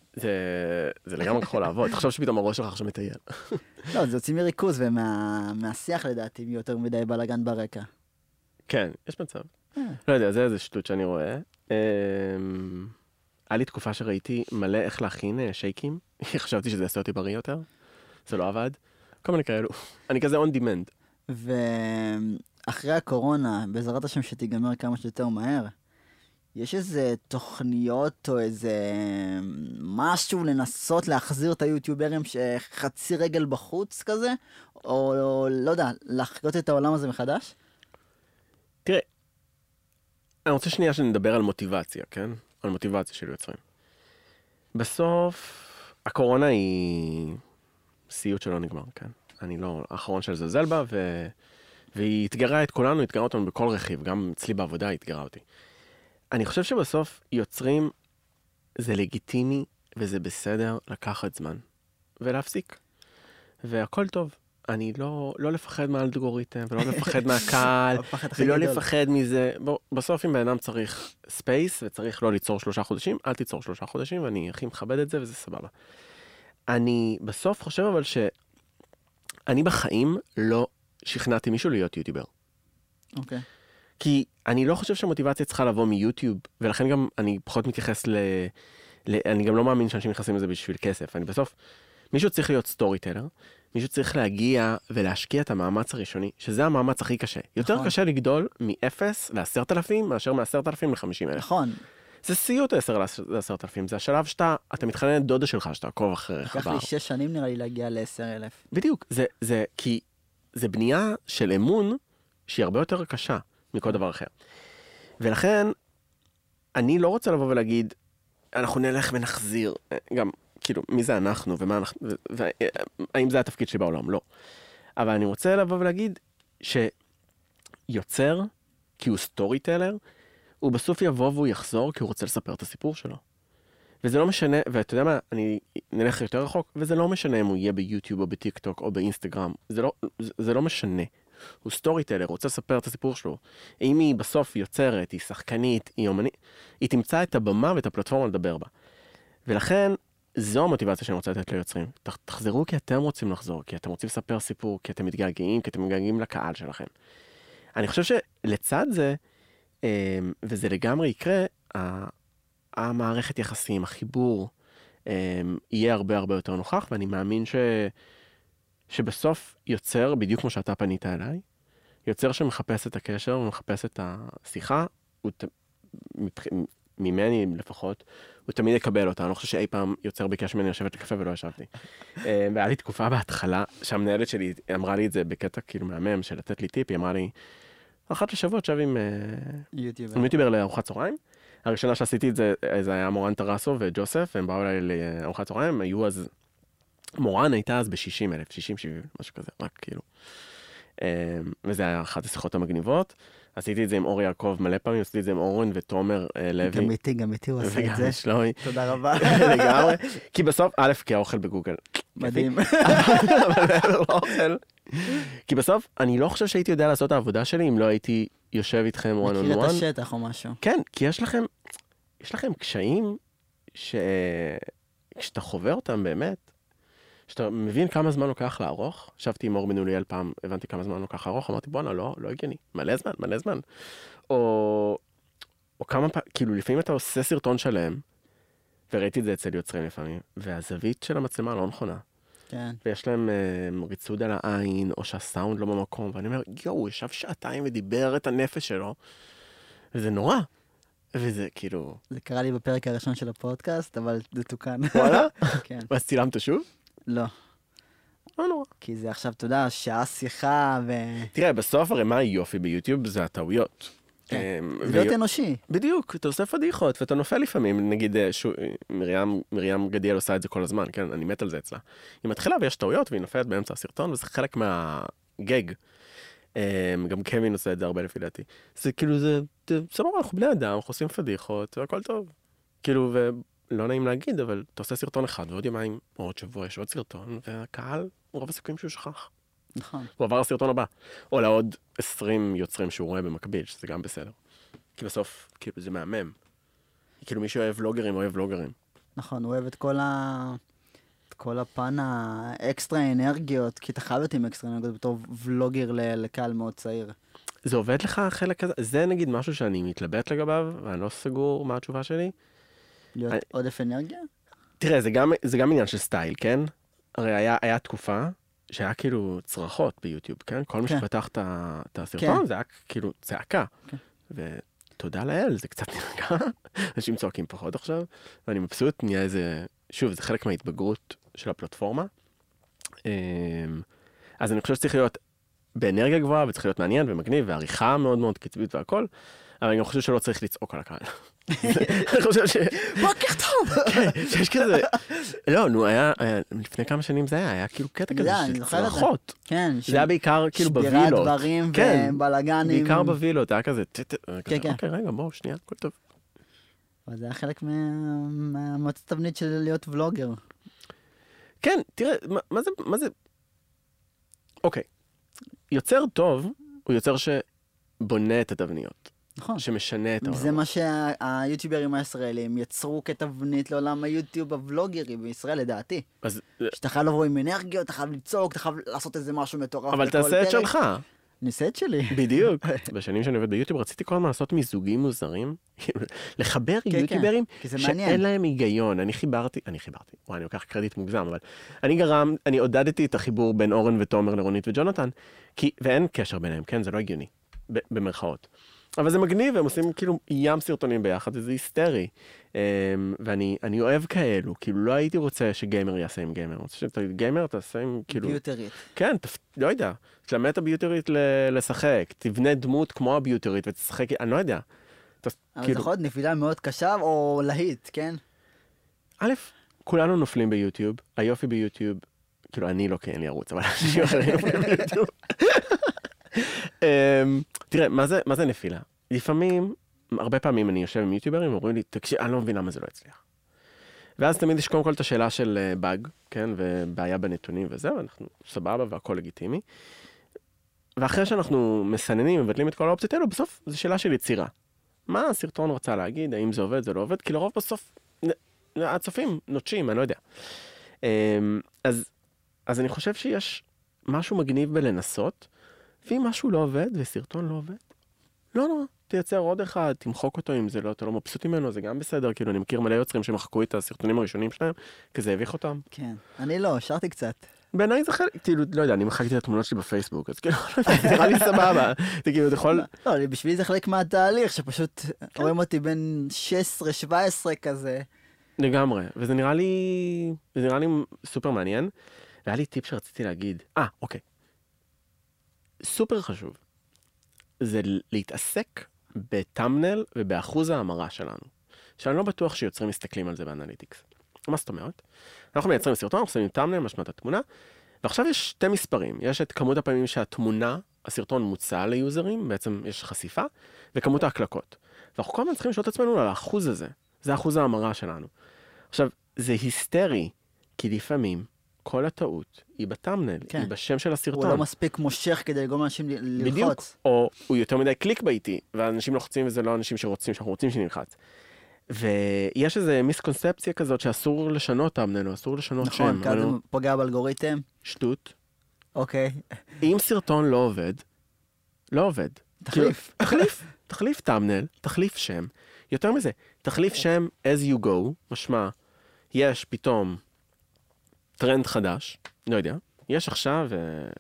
זה לגמרי יכול לעבוד, תחשוב שפתאום הראש שלך עכשיו מטייל. לא, זה יוצאים מריכוז, ומהשיח לדעתי, יותר מדי בלגן ברקע. כן, יש מצב. לא יודע, זה איזה שטות שאני רואה. היה לי תקופה שראיתי מלא איך להכין שייקים, חשבתי שזה יעשה אותי בריא יותר, זה לא עבד, כל מיני כאלו. אני כזה on demand. ואחרי הקורונה, בעזרת השם שתיגמר כמה שיותר מהר, יש איזה תוכניות או איזה משהו לנסות להחזיר את היוטיוברים שחצי רגל בחוץ כזה, או לא יודע, להחיות את העולם הזה מחדש? תראה, אני רוצה שנייה שנדבר על מוטיבציה, כן? על מוטיבציה של יוצרים. בסוף, הקורונה היא סיוט שלא נגמר, כן? אני לא האחרון של זלזל בה, והיא התגרה את כולנו, התגרה אותנו בכל רכיב, גם אצלי בעבודה היא התגרה אותי. אני חושב שבסוף יוצרים זה לגיטימי וזה בסדר לקחת זמן ולהפסיק. והכל טוב. אני לא לפחד מהאלגוריתם ולא לפחד מהקהל ולא לפחד מזה. בסוף אם בן אדם צריך ספייס וצריך לא ליצור 3 חודשים, אל תיצור 3 חודשים ואני הכי מכבד את זה וזה סבבה. אני בסוף חושב אבל שאני בחיים לא שכנעתי מישהו להיות יוטיובר. אוקיי. כי אני לא חושב שהמוטיבציה צריכה לבוא מיוטיוב, ולכן גם אני פחות מתייחס אני גם לא מאמין שאנשים נכנסים לזה בשביל כסף. אני בסוף, מישהו צריך להיות סטורי טלר, מישהו צריך להגיע ולהשקיע את המאמץ הראשוני, שזה המאמץ הכי קשה. יותר קשה לגדול מ-0 ל-10,000, מאשר מ-10,000 ל-50,000. נכון. זה סיוט 10 ל-10,000, זה השלב שאתה מתחנן את דודה שלך, שאתה עקוב אחריך. לקח לי 6 שנים נראה לי להגיע ל-10,000. בדיוק, כי זה בנייה של אמון שהיא הרבה יותר קשה מכל דבר אחר. ולכן, אני לא רוצה לבוא ולהגיד, אנחנו נלך ונחזיר. גם כאילו, מי זה אנחנו, ומה אנחנו, והאם זה התפקיד שלי בעולם? לא. אבל אני רוצה לבוא ולהגיד שיוצר, כי הוא סטורי טלר, הוא בסוף יבוא והוא יחזור, כי הוא רוצה לספר את הסיפור שלו. וזה לא משנה, ואתה יודע מה, אני נלך יותר רחוק, וזה לא משנה אם הוא יהיה ביוטיוב או בטיק טוק או באינסטגרם, זה לא משנה. הוא סטורי טלר, הוא רוצה לספר את הסיפור שלו. אם היא בסוף יוצרת, היא שחקנית, היא אומנית, היא תמצא את הבמה ואת הפלטפורמה לדבר בה. ולכן, זו המוטיבציה שאני רוצה לתת ליוצרים. תחזרו כי אתם רוצים לחזור, כי אתם רוצים לספר סיפור, כי אתם מתגעגעים, כי אתם מתגעגעים לקהל שלכם. אני חושב שלצד זה, וזה לגמרי יקרה, המערכת יחסים, החיבור, יהיה הרבה הרבה יותר נוכח, ואני מאמין שבסוף יוצר, בדיוק כמו שאתה פנית אליי, יוצר שמחפש את הקשר, הוא מחפש את השיחה, ממני לפחות, הוא תמיד יקבל אותה. אני לא חושב שאי פעם יוצר ביקש ממני לשבת לקפה ולא ישבתי. והיה לי תקופה בהתחלה, שהמנהלת שלי אמרה לי את זה בקטע כאילו מהמם, של לתת לי טיפ, היא אמרה לי, אחת לשבוע תשב עם יוטיובר לארוחת צהריים. הראשונה שעשיתי את זה, זה היה מורן טרסו וג'וסף, הם באו אליי לארוחת צהריים, הם היו אז, מורן הייתה אז ב-60,000, 60-70, משהו כזה, רק כאילו. וזה היה אחת השיחות המגניבות. עשיתי את זה עם אור יעקב מלא פעמים, עשיתי את זה עם אורן ותומר לוי. גם איתי הוא עשה את זה. שלומי. תודה רבה. לגמרי. כי בסוף, א', כי האוכל בגוגל. מדהים. אבל מעבר לאוכל. כי בסוף, אני לא חושב שהייתי יודע לעשות את העבודה שלי, אם לא הייתי יושב איתכם one on one. מכיר את השטח או משהו. כן, כי יש לכם קשיים כשאתה חווה אותם באמת, שאתה מבין כמה זמן לוקח לערוך. ישבתי עם אור בן אוליאל פעם, הבנתי כמה זמן לוקח לערוך, אמרתי, בואנה, לא הגיוני, מלא זמן. או כמה פעמים, כאילו, לפעמים אתה עושה סרטון שלם, וראיתי את זה אצל יוצרים לפעמים, והזווית של המצלמה לא נכונה. כן. ויש להם ריצוד על העין, או שהסאונד לא במקום, ואני אומר, הוא ישב שעתיים ודיבר את הנפש שלו, וזה נורא. וזה כאילו... זה קרה לי בפרק הראשון של הפודקאסט, אבל זה תוקן. וואלה? כן. ואז צילמת שוב? לא. לא נורא. כי זה עכשיו, אתה יודע, שעה שיחה ו... תראה, בסוף הרי מה היופי ביוטיוב זה הטעויות. כן. זה להיות אנושי. בדיוק, אתה עושה פדיחות ואתה נופל לפעמים. נגיד, מרים גדיאל עושה את זה כל הזמן, כן? אני מת על זה אצלה. היא מתחילה ויש טעויות והיא נופלת באמצע הסרטון, וזה חלק מהגג. גם קווין עושה את זה הרבה לפי דעתי. זה כאילו, זה סבבה, אנחנו בני אדם, אנחנו עושים פדיחות, והכל טוב. כאילו, ולא נעים להגיד, אבל אתה עושה סרטון אחד, ועוד יומיים, או עוד שבוע, יש עוד סרטון, והקהל, רוב הסיכויים שהוא שכח. נכון. הוא עבר לסרטון הבא. או לעוד 20 יוצרים שהוא רואה במקביל, שזה גם בסדר. כי בסוף, כאילו, זה מהמם. כאילו, מי שאוהב ולוגרים, אוהב ולוגרים. נכון, הוא אוהב את כל הפן האקסטרה אנרגיות, כי אתה חייב להיות עם אקסטרה אנרגיות בתור ולוגר לקהל מאוד צעיר. זה עובד לך החלק הזה? זה נגיד משהו שאני מתלבט לגביו, ואני לא סגור מה התשובה שלי. להיות עודף אנרגיה? תראה, זה גם עניין של סטייל, כן? הרי היה תקופה שהיה כאילו צרחות ביוטיוב, כן? כל מי שפתח את הסרטון, זה היה כאילו צעקה. ותודה לאל, זה קצת נרגע. אנשים צועקים פחות עכשיו, ואני מבסוט, נהיה איזה... שוב, זה חלק מההתבגרות של הפלטפורמה. אז אני חושב שצריך להיות באנרגיה גבוהה, וצריך להיות מעניין ומגניב, ועריכה מאוד מאוד קצבית והכל, אבל אני חושב שלא צריך לצעוק על הקהל. אני חושב ש... בוקר טוב! כן, שיש כזה... לא, נו, היה... לפני כמה שנים זה היה כאילו קטע כזה של צרחות. כן. זה היה בעיקר כאילו בווילות. שבירת דברים ובלגנים. בעיקר בווילות, היה כזה... כן, כן. אוקיי, רגע, בואו, שנייה, הכל טוב. אבל זה היה חלק מהמועצת תבנית של להיות ולוגר. כן, תראה, מה זה... אוקיי. יוצר טוב הוא יוצר שבונה את התבניות. נכון. שמשנה את העולם. זה מה שהיוטיוברים הישראלים יצרו כתבנית לעולם היוטיוב הוולוגרי בישראל, לדעתי. שאתה חייב לבוא עם אנרגיות, אתה חייב לצעוק, אתה חייב לעשות איזה משהו מטורף. אבל תעשה את שלך. אני אעשה את שלי. בדיוק. בשנים שאני עובד ביוטיוב רציתי כל הזמן לעשות מיזוגים מוזרים. לחבר יוטיוברים שאין להם היגיון. אני חיברתי, וואי, אני לוקח קרדיט מוגזם, אבל אני עודדתי את החיבור בין אורן ותומר לרונית וג'ונתן, ואין קשר ביניהם, כן? זה לא הגיוני, במרכאות. אבל זה מגניב, הם עושים כאילו ים סרטונים ביחד, וזה היסטרי. ואני אוהב כאלו, כאילו לא הייתי רוצה שגיימר יעשה עם גיימר. אני רוצה שאתה גיימר, תעשה עם כאילו... ביוטרית. כן, לא יודע. תלמד את הביוטרית לשחק, תבנה דמות כמו הביוטרית ותשחק, אני לא יודע. אבל זה יכול להיות נפילה מאוד קשה או להיט, כן? א', כולנו נופלים ביוטיוב, היופי ביוטיוב, כאילו אני לא כי אין לי ערוץ, אבל אנשים אחרים נופלים ביוטיוב. תראה, מה זה נפילה? לפעמים, הרבה פעמים אני יושב עם יוטיוברים, ואומרים לי, תקשיב, אני לא מבין למה זה לא הצליח. ואז תמיד יש קודם כל את השאלה של באג, כן, ובעיה בנתונים וזהו, אנחנו סבבה והכל לגיטימי. ואחרי שאנחנו מסננים, מבטלים את כל האופציות האלו, בסוף זו שאלה של יצירה. מה הסרטון רוצה להגיד, האם זה עובד, זה לא עובד, כי לרוב בסוף, הצופים נוטשים, אני לא יודע. אז אני חושב שיש משהו מגניב בלנסות, ואם משהו לא עובד, וסרטון לא עובד, לא, תייצר עוד אחד, תמחוק אותו אם זה לא, אתה לא מבסוט ממנו, זה גם בסדר, כאילו אני מכיר מלא יוצרים שמחקו את הסרטונים הראשונים שלהם, כי זה הביך אותם. כן, אני לא, שרתי קצת. בעיניי זה חלק, כאילו, לא יודע, אני מחקתי את התמונות שלי בפייסבוק, אז כאילו, זה נראה לי סבבה, זה כאילו, אתה יכול... לא, בשבילי זה חלק מהתהליך, שפשוט רואים אותי בין 16-17 כזה. לגמרי, וזה נראה לי סופר מעניין, והיה לי טיפ שרציתי להגיד, אוקיי, סופר חשוב, זה להתעסק בטאמנל ובאחוז ההמרה שלנו, שאני לא בטוח שיוצרים מסתכלים על זה באנליטיקס. מה זאת אומרת? אנחנו מייצרים סרטון, אנחנו שמים טאמנל, משמעת התמונה, ועכשיו יש שתי מספרים, יש את כמות הפעמים שהתמונה, הסרטון מוצע ליוזרים, בעצם יש חשיפה, וכמות ההקלקות. ואנחנו כל הזמן צריכים לשאול את עצמנו על האחוז הזה, זה אחוז ההמרה שלנו. עכשיו, זה היסטרי, כי לפעמים כל הטעות היא בטאמנל, כן. היא בשם של הסרטון. הוא לא מספיק מושך כדי לגרום לאנשים ללחוץ. בדיוק, או הוא יותר מדי קליק ביתי, ואנשים לוחצים וזה לא אנשים שאנחנו רוצים שנלחץ. ויש איזו מיסקונספציה כזאת שאסור לשנות טאמנל, או אסור לשנות שם. נכון, כי זה פוגע באלגוריתם. שטות. אוקיי. אם סרטון לא עובד, לא עובד. תחליף. תחליף טאמנל, תחליף שם. יותר מזה, תחליף שם as you go, משמע, יש פתאום טרנד חדש, לא יודע, יש עכשיו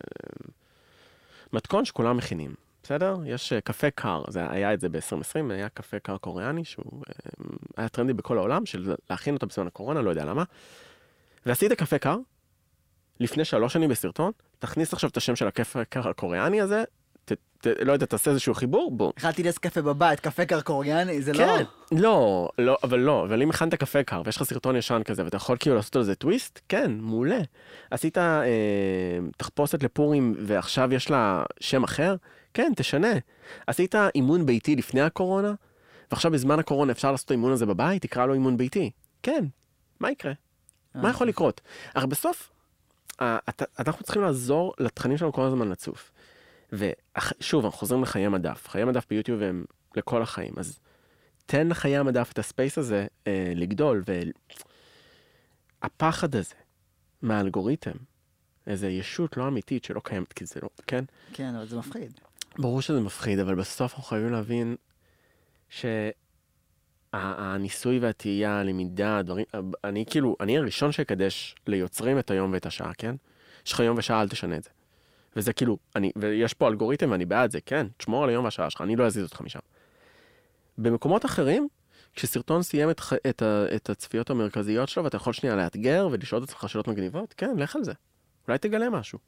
מתכון שכולם מכינים, בסדר? יש קפה קר, זה היה את זה ב-2020, היה קפה קר קוריאני, שהוא היה טרנדי בכל העולם, של להכין אותו בזמן הקורונה, לא יודע למה. ועשית קפה קר, לפני 3 שנים בסרטון, תכניס עכשיו את השם של הקפה קר הקוריאני הזה, לא יודע, תעשה איזשהו חיבור, בוא. אכלתי נס קפה בבית, קפה קר קוריאני, זה כן, אבל אם הכנת קפה קר, ויש לך סרטון ישן כזה, ואתה יכול כאילו לעשות על זה טוויסט, כן, מעולה. עשית תחפושת לפורים, ועכשיו יש לה שם אחר, כן, תשנה. עשית אימון ביתי לפני הקורונה, ועכשיו בזמן הקורונה אפשר לעשות את האימון הזה בבית, תקרא לו אימון ביתי. כן, מה יקרה? מה יכול לקרות? אך בסוף, אנחנו צריכים לעזור לתכנים שלנו כל הזמן לצוף. ושוב, אנחנו חוזרים לחיי מדף. חיי מדף ביוטיוב הם לכל החיים. אז תן לחיי המדף את הספייס הזה לגדול, והפחד הזה מהאלגוריתם, איזו ישות לא אמיתית שלא קיימת, כי זה לא, כן? כן, אבל זה מפחיד. ברור שזה מפחיד, אבל בסוף אנחנו חייבים להבין שהניסוי והתהייה, הלמידה, הדברים, אני הראשון שיקדש ליוצרים את היום ואת השעה, כן? יש לך יום ושעה, אל תשנה את זה. וזה כאילו, ויש פה אלגוריתם ואני בעד זה, כן, תשמור על היום והשעה שלך, אני לא אזיז אותך משם. במקומות אחרים, כשסרטון סיים את הצפיות המרכזיות שלו, ואתה יכול שנייה לאתגר ולשאול את עצמך שאלות מגניבות, כן, לך על זה. אולי תגלה משהו.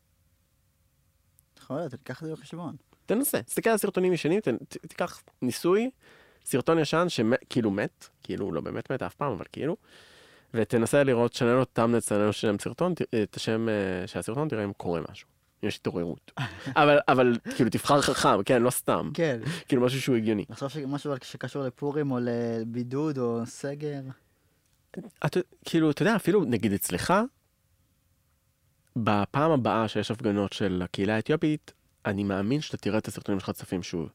יכול להיות, תיקח את זה בחשבון. תנסה, תסתכל על סרטונים ישנים, תיקח ניסוי, סרטון ישן שכאילו מת, כאילו לא באמת מת אף פעם, אבל כאילו, ותנסה לראות, תשנה לו טאמנל, תשנה לו שם סרטון, את השם של הסרטון, תראה אם קורה משהו. יש התעוררות. אבל כאילו תבחר חכם, כן, לא סתם. כן. כאילו משהו שהוא הגיוני. עכשיו משהו שקשור לפורים או לבידוד או סגר. כאילו, אתה יודע, אפילו נגיד אצלך, בפעם הבאה שיש הפגנות של הקהילה האתיופית, אני מאמין שאתה תראה את הסרטונים שלך צפים שוב.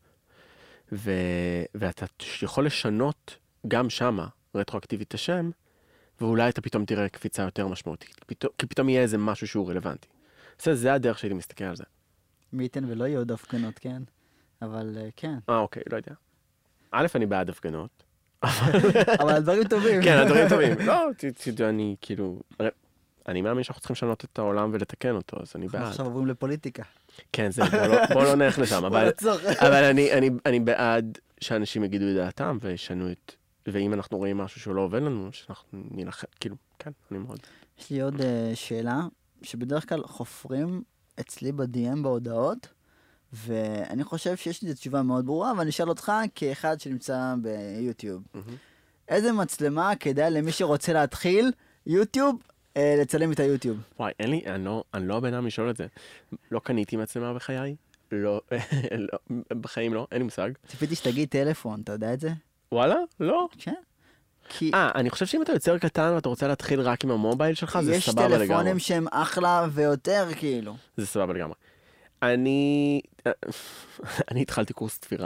ואתה יכול לשנות גם שמה, רטרואקטיבית את השם, ואולי אתה פתאום תראה קפיצה יותר משמעותית. כי פתאום יהיה איזה משהו שהוא רלוונטי. זה הדרך שהייתי מסתכל על זה. מי ייתן ולא יהיו עוד הפגנות, כן? אבל כן. אוקיי, לא יודע. א', אני בעד הפגנות. אבל הדברים טובים. כן, הדברים טובים. לא, אני כאילו, אני מאמין שאנחנו צריכים לשנות את העולם ולתקן אותו, אז אני בעד. עכשיו עוברים לפוליטיקה. כן, בוא לא נלך לשם, אבל אני בעד שאנשים יגידו את דעתם וישנו את, ואם אנחנו רואים משהו שהוא לא עובד לנו, שאנחנו נלך, כאילו, כן, אני מאוד. יש לי עוד שאלה. שבדרך כלל חופרים אצלי ב-DM בהודעות, ואני חושב שיש לי תשובה מאוד ברורה, ואני אשאל אותך כאחד שנמצא ביוטיוב. איזה מצלמה כדאי למי שרוצה להתחיל יוטיוב, לצלם את היוטיוב. וואי, אין לי, אני לא הבן אדם לשאול את זה. לא קניתי מצלמה בחיי, לא, בחיים לא, אין לי מושג. ציפיתי שתגיד טלפון, אתה יודע את זה? וואלה? לא. כן. כי אני חושב שאם אתה יוצר קטן ואתה רוצה להתחיל רק עם המובייל שלך, זה סבבה לגמרי. יש טלפונים שהם אחלה ויותר, כאילו. זה סבבה לגמרי. אני התחלתי קורס תפירה.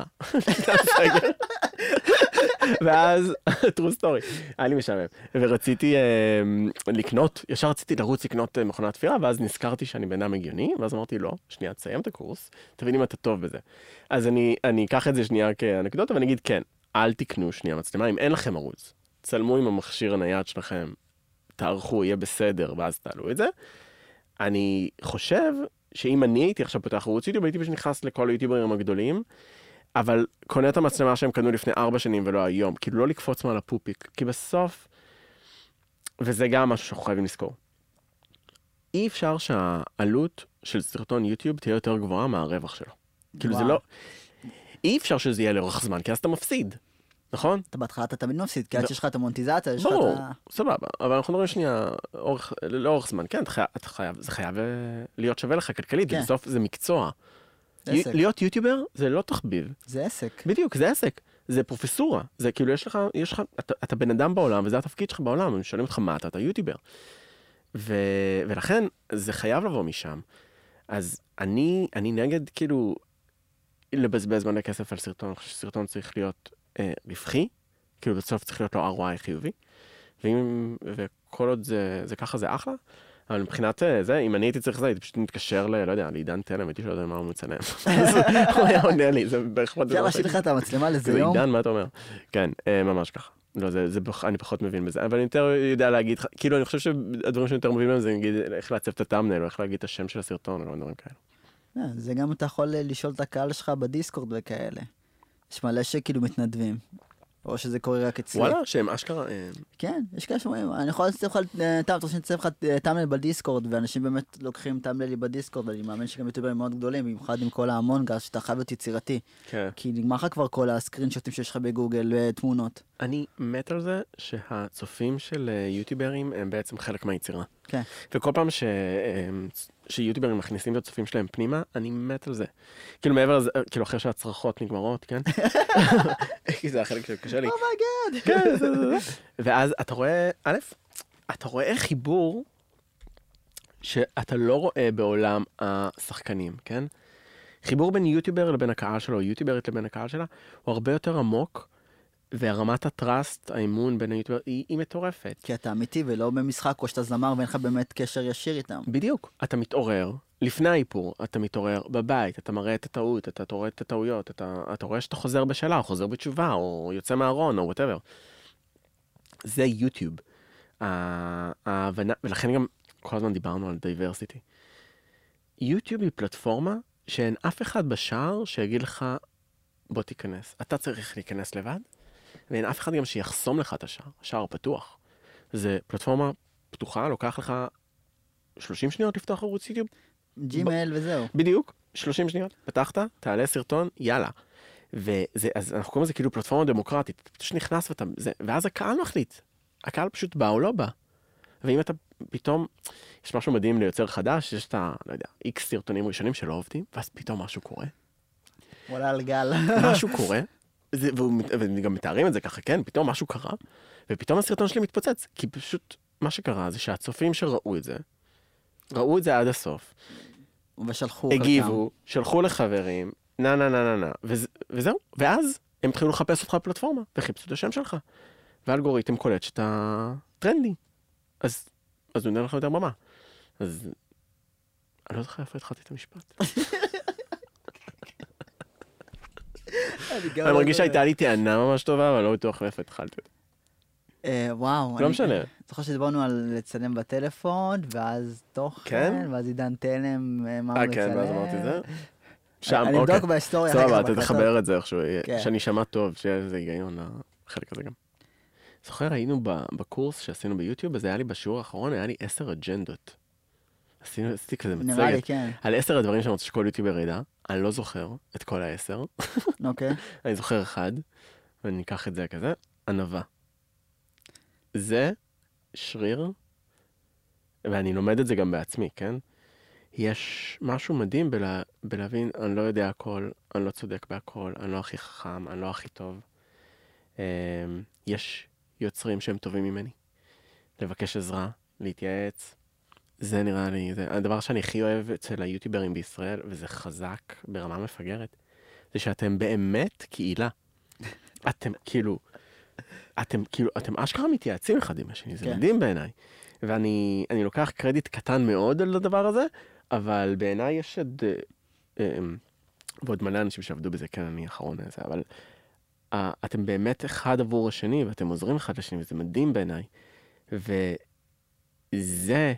ואז, true story, היה לי משעמם. ורציתי ישר רציתי לרוץ לקנות מכונת תפירה, ואז נזכרתי שאני בן אדם הגיוני, ואז אמרתי, לא, שנייה, תסיים את הקורס, תבין אם אתה טוב בזה. אז אני אקח את זה שנייה כאנקדוטה, ואני אגיד, כן, אל תקנו שנייה מצלמה, אם אין לכם ערוץ. צלמו עם המכשיר הנייד שלכם, תערכו, יהיה בסדר, ואז תעלו את זה. אני חושב שאם אני הייתי עכשיו פותח ערוץ יוטיוב, הייתי פשוט נכנס לכל היוטיוברים הגדולים, אבל קונה את המצלמה שהם קנו לפני 4 שנים ולא היום, כאילו לא לקפוץ מעל הפופיק, כי בסוף, וזה גם משהו שאנחנו חייבים לזכור, אי אפשר שהעלות של סרטון יוטיוב תהיה יותר גבוהה מהרווח שלו. כאילו זה לא, אי אפשר שזה יהיה לאורך זמן, כי אז אתה מפסיד, נכון? אתה בהתחלה אתה תמיד מפסיד, כי עד שיש לך את המונטיזציה, יש לך את ברור, סבבה, אבל אנחנו נראים שנייה, לאורך זמן, כן, זה חייב להיות שווה לך כלכלית, בסוף זה מקצוע. להיות יוטיובר זה לא תחביב. זה עסק. בדיוק, זה עסק. זה פרופסורה. זה כאילו יש לך, אתה בן אדם בעולם, וזה התפקיד שלך בעולם, הם שואלים אותך מה אתה יוטיובר. ולכן זה חייב לבוא משם. אז אני נגד כאילו לבזבז מלא כסף על סרטון. אני חושב שסרטון צריך להיות רווחי, כאילו בסוף צריך להיות לו ROI חיובי. וכל עוד זה ככה זה אחלה. אבל מבחינת זה, אם אני הייתי צריך זה, הייתי פשוט מתקשר לא יודע, לעידן תלם, הייתי שואל מה הוא מצלם. הוא היה עונה לי, זה בערך... אפשר להשאיר לך את המצלמה לזה יום? עידן, מה אתה אומר? כן, ממש ככה. לא, אני פחות מבין בזה, אבל אני יותר יודע להגיד, כאילו אני חושב שהדברים שאני יותר מבין בהם זה נגיד איך לעצב את הטאמנייל, או איך להגיד את השם של הסרטון, או דברים כאלה. זה גם אתה יכול לשאול את הקהל שלך בדיסקורד וכאלה. יש מלא שכאילו מתנדבים. או שזה קורה רק אצלי. וואלה, שהם אשכרה... כן, יש כאלה שאומרים, אני יכול לצטרף לך, אתה רוצה שנצטרף לך טאמנל בדיסקורד, ואנשים באמת לוקחים טאמנלי בדיסקורד, ואני מאמין שגם יוטיוברים מאוד גדולים, במיוחד עם כל ההמונגה, שאתה חייב להיות יצירתי. כן. כי נגמר לך כבר כל הסקרין שוטים שיש לך בגוגל, תמונות. אני מת על זה שהצופים של יוטיוברים הם בעצם חלק מהיצירה. כן. וכל פעם שיוטיוברים מכניסים את הצופים שלהם פנימה, אני מת על זה. כאילו מעבר לזה, כאילו אחרי שהצרחות נגמרות, כן? כי זה החלק שקשה לי. אומייגאד! כן, זה. ואז אתה רואה, אתה רואה חיבור שאתה לא רואה בעולם השחקנים, כן? חיבור בין יוטיובר לבין הקהל שלו, יוטיוברית לבין הקהל שלה, הוא הרבה יותר עמוק, והרמת הטראסט, האמון בין היוטיובר, היא מטורפת. כי אתה אמיתי ולא במשחק, או שאתה זמר ואין לך באמת קשר ישיר איתם. בדיוק. אתה מתעורר, לפני האיפור, אתה מתעורר בבית, אתה מראה את הטעות, אתה רואה את הטעויות, אתה רואה שאתה חוזר בשאלה, או חוזר בתשובה, או יוצא מהארון, או whatever. זה יוטיוב. ההבנה, ולכן גם כל הזמן דיברנו על דייברסיטי. יוטיוב היא פלטפורמה שאין אף אחד בשער שיגיד לך, בוא תיכנס. אתה צריך להיכנס לבד, ואין אף אחד גם שיחסום לך את השער. השער פתוח. זה פלטפורמה פתוחה, לוקח לך 30 שניות לפתוח ערוץ יוטיוב. ג'ימייל וזהו. בדיוק, 30 שניות. פתחת, תעלה סרטון, יאללה. אז אנחנו קוראים לזה כאילו פלטפורמה דמוקרטית. אתה פשוט נכנס ואז הקהל מחליט. הקהל פשוט בא או לא בא. ואם אתה פתאום, יש משהו מדהים ליוצר חדש, יש את לא יודע, איקס סרטונים ראשונים שלא עובדים, ואז פתאום משהו קורה. עולה על גל. משהו קורה, וגם מתארים את זה ככה, כן, פתאום משהו קרה, ופתאום הסרטון שלי מתפוצץ, כי פשוט מה שקרה זה שהצופים שראו את זה, ראו את זה עד הסוף. ושלחו הגיבו, שלחו לחברים, וזהו. ואז הם התחילו לחפש אותך בפלטפורמה, וחיפשו את השם שלך. והאלגוריתם קולט שאתה טרנדי. אז הוא נראה לך יותר במה. אז אני לא זוכר איפה התחלתי את המשפט. אני מרגיש שהייתה לי טענה ממש טובה, אבל לא בטוח איפה התחלתי. וואו. לא משנה. זוכר שדיברנו על לצלם בטלפון, ואז תוכן, ואז עידן תלם, מה הוא מצלם. כן, ואז אמרתי זה. אני אבדוק בהיסטוריה. סבבה, אתה תחבר את זה איכשהו, שאני שמע טוב, שיהיה איזה היגיון לחלק הזה גם. זוכר, היינו בקורס שעשינו ביוטיוב, אז היה לי בשיעור האחרון, היה לי 10 אג'נדות. עשיתי כזה מצגת. נראה לי, כן. על 10 הדברים שאני רוצה שכל יוטיובר ידע, אני לא זוכר את כל 10. אוקיי. אני זוכר אחד, ואני אקח את זה כזה, ענווה. זה שריר ואני לומד את זה גם בעצמי, כן? יש משהו מדהים בלהבין, אני לא יודע הכל, אני לא צודק בהכל, אני לא הכי חכם, אני לא הכי טוב. יש יוצרים שהם טובים ממני. לבקש עזרה, להתייעץ. זה נראה לי, זה הדבר שאני הכי אוהב אצל היוטיוברים בישראל, וזה חזק ברמה מפגרת, זה שאתם באמת קהילה. אתם כאילו, אתם אשכרה מתייעצים אחד עם השני, זה מדהים בעיניי. ואני לוקח קרדיט קטן מאוד על הדבר הזה, אבל בעיניי יש ועוד מלא אנשים שעבדו בזה, כן, אני האחרון הזה, אבל אתם באמת אחד עבור השני, ואתם עוזרים אחד לשני, וזה מדהים בעיניי. וזה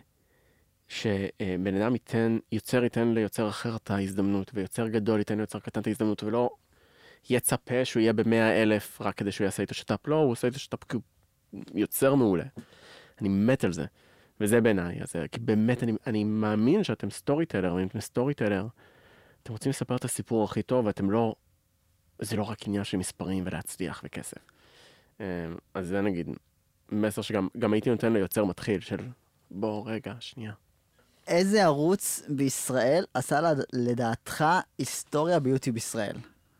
שבן אדם ייתן ליוצר אחר את ההזדמנות, ויוצר גדול ייתן ליוצר קטן את ההזדמנות, ולא יצפה שהוא יהיה ב100,000 רק כדי שהוא יעשה איתו שטאפ. לא, הוא עושה איתו שטאפ כי הוא יוצר מעולה. אני מת על זה. וזה בעיניי. כי באמת אני מאמין שאתם סטורי טלר, ואם אתם סטורי טלר, אתם רוצים לספר את הסיפור הכי טוב, ואתם לא, זה לא רק עניין של מספרים ולהצליח וכסף. אז זה נגיד מסר שגם הייתי נותן ליוצר מתחיל של בוא רגע, שנייה. איזה ערוץ בישראל עשה לדעתך היסטוריה ביוטיוב ישראל?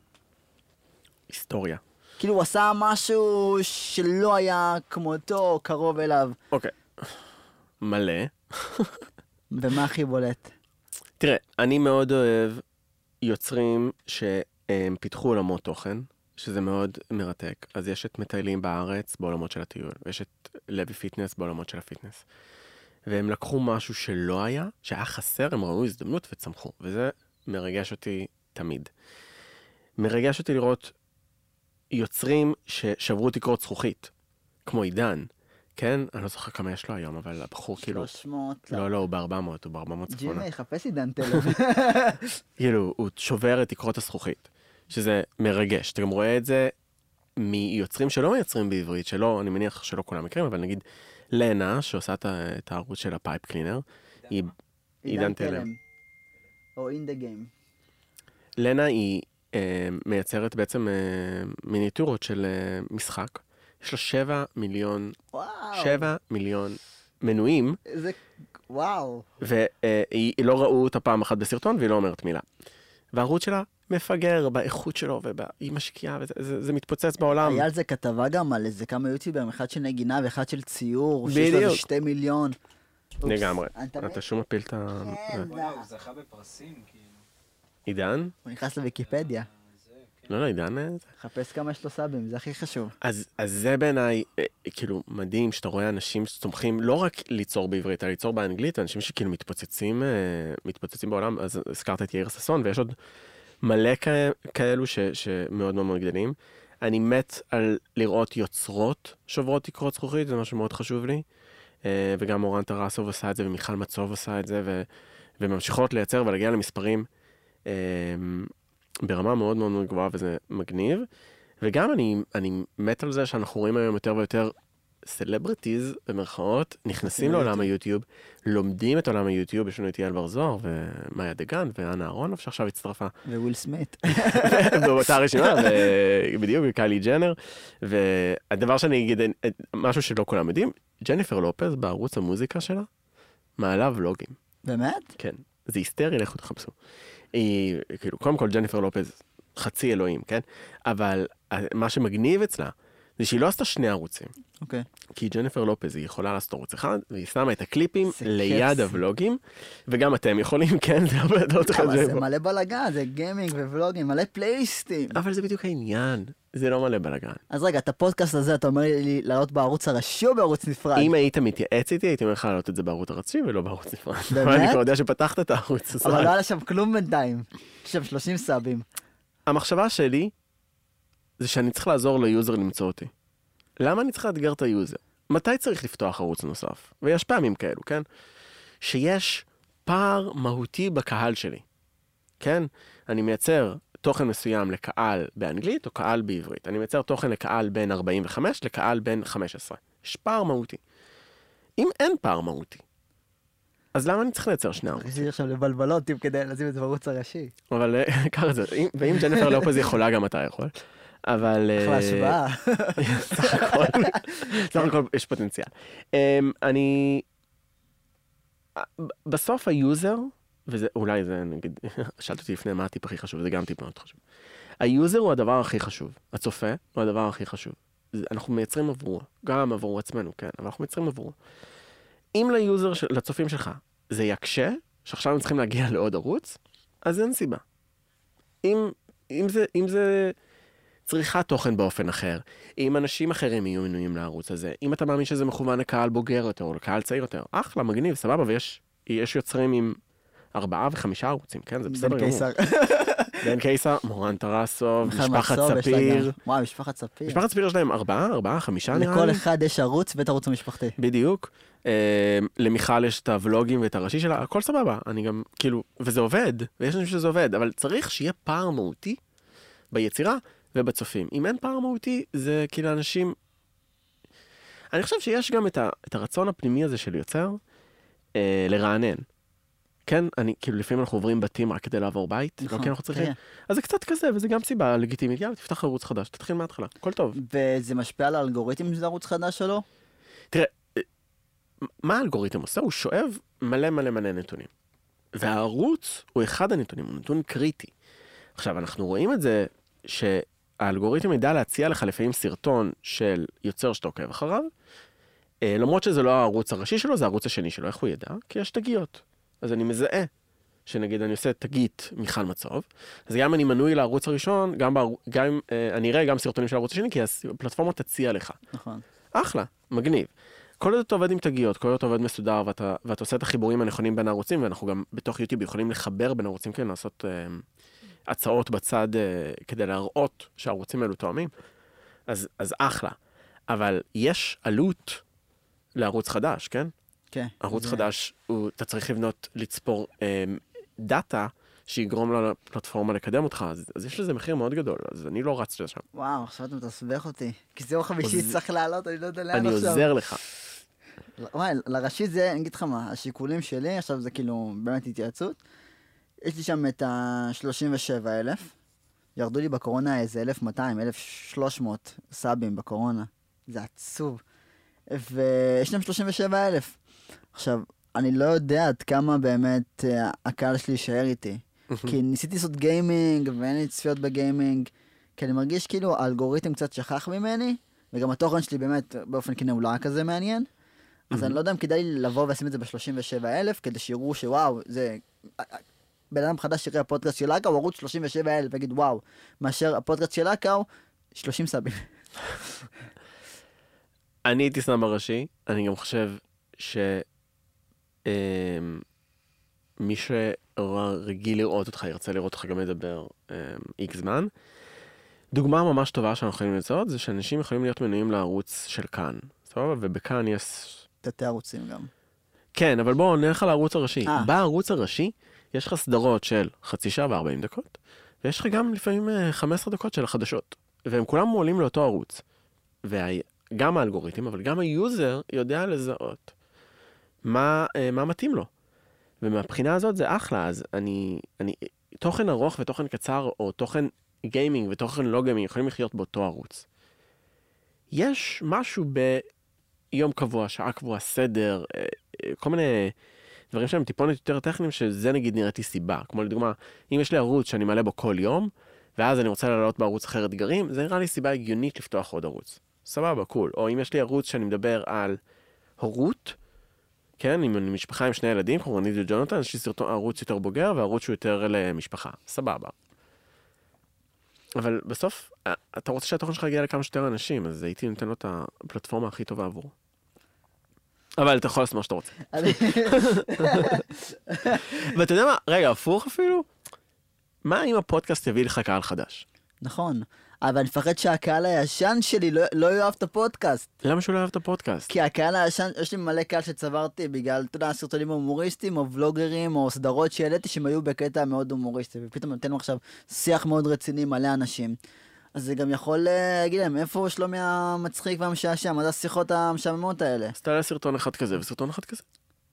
היסטוריה. כאילו הוא עשה משהו שלא היה כמותו, קרוב אליו. אוקיי. מלא. ומה הכי בולט? תראה, אני מאוד אוהב יוצרים שהם פיתחו עולמות תוכן, שזה מאוד מרתק. אז יש את מטיילים בארץ בעולמות של הטיול, ויש את לוי פיטנס בעולמות של הפיטנס. והם לקחו משהו שלא היה, שהיה חסר, הם ראו הזדמנות וצמחו. וזה מרגש אותי תמיד. מרגש אותי לראות יוצרים ששברו תקרות זכוכית, כמו עידן, כן? אני לא זוכר כמה יש לו היום, אבל הבחור כאילו... 300... לא, הוא ב-400, הוא ב-400 צפונה. ג'ימי, חפש עידן טלב. כאילו, הוא שובר את תקרות הזכוכית, שזה מרגש. אתה גם רואה את זה מיוצרים שלא מייצרים בעברית, שלא, אני מניח שלא כולם מכירים, אבל נגיד לנה, שעושה את הערוץ של הפייפ קלינר, היא עידן תלם. או in the game. לנה היא מייצרת בעצם מיניאטורות של משחק. יש לו 7 מיליון, וואו. 7 מיליון מנויים. זה, וואו. והיא לא ראו אותה פעם אחת בסרטון, והיא לא אומרת מילה. והערוץ שלה מפגר באיכות שלו, והיא משקיעה, וזה מתפוצץ בעולם. היה על זה כתבה גם על איזה כמה יוטיוברים, אחד של נגינה ואחד של ציור, שיש לו 2 מיליון. לגמרי. אתה שום מפיל את ה... הוא זכה בפרסים, כאילו. עידן? הוא נכנס לוויקיפדיה. לא, עידן... חפש כמה יש לו סאבים, זה הכי חשוב. אז זה בעיניי, כאילו, מדהים שאתה רואה אנשים שצומחים לא רק ליצור בעברית, אלא ליצור באנגלית, אנשים שכאילו מתפוצצים בעולם, אז הזכרת את יאיר ששון, ויש עוד מלא כאלו שמאוד מאוד גדלים. אני מת על לראות יוצרות שוברות תקרות זכוכית, זה משהו מאוד חשוב לי, וגם אורן טרסוב עושה את זה, ומיכל מצוב עושה את זה, וממשיכות לייצר ולהגיע למספרים ברמה מאוד מאוד גבוהה, וזה מגניב. וגם אני מת על זה שאנחנו רואים היום יותר ויותר סלבריטיז, במרכאות, נכנסים לעולם היוטיוב, לומדים את עולם היוטיוב, יש לנו את יעל בר זוהר, ומאיה דגן, ואנה אהרונוב, שעכשיו הצטרפה. וויל סמית. באותה רשימה, בדיוק, קיילי ג'נר. והדבר שאני אגיד, משהו שלא כולם יודעים, ג'ניפר לופז, בערוץ המוזיקה שלה, מעלה ולוגים. באמת? כן. זה היסטרי, לכו תחפשו. היא, כאילו, קודם כל ג'ניפר לופז, חצי אלוהים, כן? אבל מה שמגניב אצלה, זה שהיא לא עשתה 2 ערוצים. אוקיי. כי ג'ניפר לופז היא יכולה לעשות ערוץ אחד, והיא שמה את הקליפים ליד הוולוגים, וגם אתם יכולים, כן? זה לא צריך אבל זה מלא בלגן, זה גיימינג וולוגים, מלא פלייליסטים. אבל זה בדיוק העניין, זה לא מלא בלגן. אז רגע, את הפודקאסט הזה, אתה אומר לי לעלות בערוץ הראשי או בערוץ נפרד? אם היית מתייעץ איתי, הייתי אומר לך לעלות את זה בערוץ הראשי ולא בערוץ נפרד. באמת? אני כבר יודע שפתחת את הערוץ. אבל לא היה שם כלום בינתיים. יש שם 30 סאבים. המחשבה שלי זה שאני צריך לעזור ליוזר למצוא אותי. למה אני צריך לאתגר את היוזר? מתי צריך לפתוח ערוץ נוסף? ויש פעמים כאלו, כן? שיש פער מהותי בקהל שלי. כן? אני מייצר תוכן מסוים לקהל באנגלית או קהל בעברית. אני מייצר תוכן לקהל בין 45 לקהל בין 15. יש פער מהותי. אם אין פער מהותי, אז למה אני צריך לייצר 2 ערוצים? רציתי עכשיו לבלבלות כדי לשים את זה בערוץ הראשי. אבל קח את זה. ואם ג'ניפר לופז יכולה, גם אתה יכול. אבל... אחלה השוואה. סך הכל יש פוטנציאל. אני בסוף היוזר, וזה, אולי זה, נגיד, שאלת אותי לפני מה הטיפ הכי חשוב, זה גם טיפ מאוד חשוב. היוזר הוא הדבר הכי חשוב, הצופה הוא הדבר הכי חשוב. אנחנו מייצרים עבורו, גם עבור עצמנו, כן, אבל אנחנו מייצרים עבורו. אם ליוזר, לצופים שלך, זה יקשה, שעכשיו הם צריכים להגיע לעוד ערוץ, אז אין סיבה. אם זה צריכת תוכן באופן אחר, אם אנשים אחרים יהיו מנויים לערוץ הזה, אם אתה מאמין שזה מכוון לקהל בוגר יותר או לקהל צעיר יותר, אחלה, מגניב, סבבה, ויש יוצרים עם 4 ו5 ערוצים, כן? זה בסדר גמור. בן קיסר, מורן טרסוב, משפחת ספיר. וואו, משפחת ספיר. משפחת ספיר יש להם 4, 5 נראה לי. לכל אחד יש ערוץ ואת ערוץ המשפחתי. בדיוק. למיכל יש את הוולוגים ואת הראשי שלה, הכל סבבה. אני גם, כאילו, וזה עובד, ויש אנשים שזה עובד, אבל צריך שיהיה פער מהותי ביצירה ובצופים. אם אין פער מהותי, זה כאילו אנשים... אני חושב שיש גם את הרצון הפנימי הזה של יוצר לרענן. כן, כאילו לפעמים אנחנו עוברים בתים רק כדי לעבור בית, לא כן אנחנו צריכים. אז זה קצת כזה, וזה גם סיבה לגיטימית. יאללה, תפתח ערוץ חדש, תתחיל מההתחלה, הכל טוב. וזה משפיע על האלגוריתם של ערוץ חדש שלו? תראה, מה האלגוריתם עושה? הוא שואב מלא נתונים. והערוץ הוא אחד הנתונים, הוא נתון קריטי. עכשיו, אנחנו רואים את זה שהאלגוריתם ידע להציע לך לפעמים סרטון של יוצר שאתה עוקב אחריו, למרות שזה לא הערוץ הראשי שלו, זה הערוץ השני שלו. איך הוא ידע? כי יש תגיות. אז אני מזהה, שנגיד אני עושה תגית מיכל מצוב, אז גם אני מנוי לערוץ הראשון, אני אראה גם סרטונים של הערוץ השני, כי הפלטפורמה תציע לך. נכון. אחלה, מגניב. כל עוד אתה עובד עם תגיות, כל עוד אתה עובד מסודר, ואתה עושה את החיבורים הנכונים בין הערוצים, ואנחנו גם בתוך יוטיוב יכולים לחבר בין הערוצים כדי לעשות הצעות בצד, כדי להראות שהערוצים האלו תואמים, אז אחלה. אבל יש עלות לערוץ חדש, כן? כן. ערוץ חדש, אתה צריך לצפור דאטה שיגרום לפלטפורמה לקדם אותך, אז יש לזה מחיר מאוד גדול, אז אני לא רצתי לשם. וואו, עכשיו אתה מתסבך אותי. כי זה יום חמישי צריך לעלות, אני לא יודע לאן עכשיו. אני עוזר לך. וואי, לראשי זה, אני אגיד לך מה, השיקולים שלי, עכשיו זה כאילו באמת התייעצות, יש לי שם את ה-37,000, ירדו לי בקורונה איזה 1,200, 1,300 סאבים בקורונה, זה עצוב, ויש להם 37,000. עכשיו, אני לא יודע עד כמה באמת הקהל שלי יישאר איתי, כי ניסיתי לעשות גיימינג, ואין לי צפיות בגיימינג, כי אני מרגיש כאילו האלגוריתם קצת שכח ממני, וגם התוכן שלי באמת באופן כנה הוא לא היה כזה מעניין, אז אני לא יודע אם כדאי לבוא ולשים את זה ב-37,000, כדי שיראו שוואו, זה... בן אדם חדש יראה הפודקאסט של לקאו, הוא ערוץ 37,000, ויגיד וואו, מאשר הפודקאסט של לקאו, 30 סאבים. אני הייתי שם בראשי, אני גם חושב מי שרגיל לראות אותך, ירצה לראות אותך גם לדבר איקס זמן. דוגמה ממש טובה שאנחנו יכולים לצאות, זה שאנשים יכולים להיות מנויים לערוץ של כאן. סבבה? ובכאן יש... תתי ערוצים גם. כן, אבל בואו נלך על הערוץ הראשי. בערוץ הראשי יש לך סדרות של חצי שעה ו40 דקות, ויש לך גם לפעמים 15 דקות של החדשות. והם כולם מועלים לאותו ערוץ. וגם האלגוריתם, אבל גם היוזר יודע לזהות מה מתאים לו. ומהבחינה הזאת זה אחלה, אז תוכן ארוך ותוכן קצר, או תוכן גיימינג ותוכן לא גיימינג, יכולים לחיות באותו ערוץ. יש משהו ביום קבוע, שעה קבועה, סדר, כל מיני דברים שהם טיפונת יותר טכניים, שזה נגיד נראיתי סיבה. כמו לדוגמה, אם יש לי ערוץ שאני מעלה בו כל יום, ואז אני רוצה לעלות בערוץ אחר אתגרים, זה נראה לי סיבה הגיונית לפתוח עוד ערוץ. סבבה, קול. או אם יש לי ערוץ שאני מדבר על הורות, כן, אם אני משפחה עם 2 ילדים, כמו רונית וג'ונתן, יש לי סרטון ערוץ יותר בוגר, וערוץ שהוא יותר למשפחה. סבבה. אבל בסוף, אתה רוצה שהתוכן שלך יגיע לכמה שיותר אנשים, אז הייתי נותן לו את הפלטפורמה הכי טובה עבור. אבל אתה יכול לעשות מה שאתה רוצה. ואתה יודע מה? רגע, הפוך אפילו? מה אם הפודקאסט יביא לך קהל חדש? נכון. אבל אני מפחד שהקהל הישן שלי לא יאהב את הפודקאסט. למה שהוא לא יאהב את הפודקאסט? כי הקהל הישן, יש לי מלא קהל שצברתי בגלל, אתה יודע, סרטונים הומוריסטיים, או ולוגרים, או סדרות שהעליתי שהם היו בקטע מאוד הומוריסטי, ופתאום נותן לנו עכשיו שיח מאוד רציני, מלא אנשים. אז זה גם יכול להגיד להם, איפה שלומי המצחיק והמשעשע, מה זה השיחות המשעממות האלה? אז תעלה סרטון אחד כזה וסרטון אחד כזה.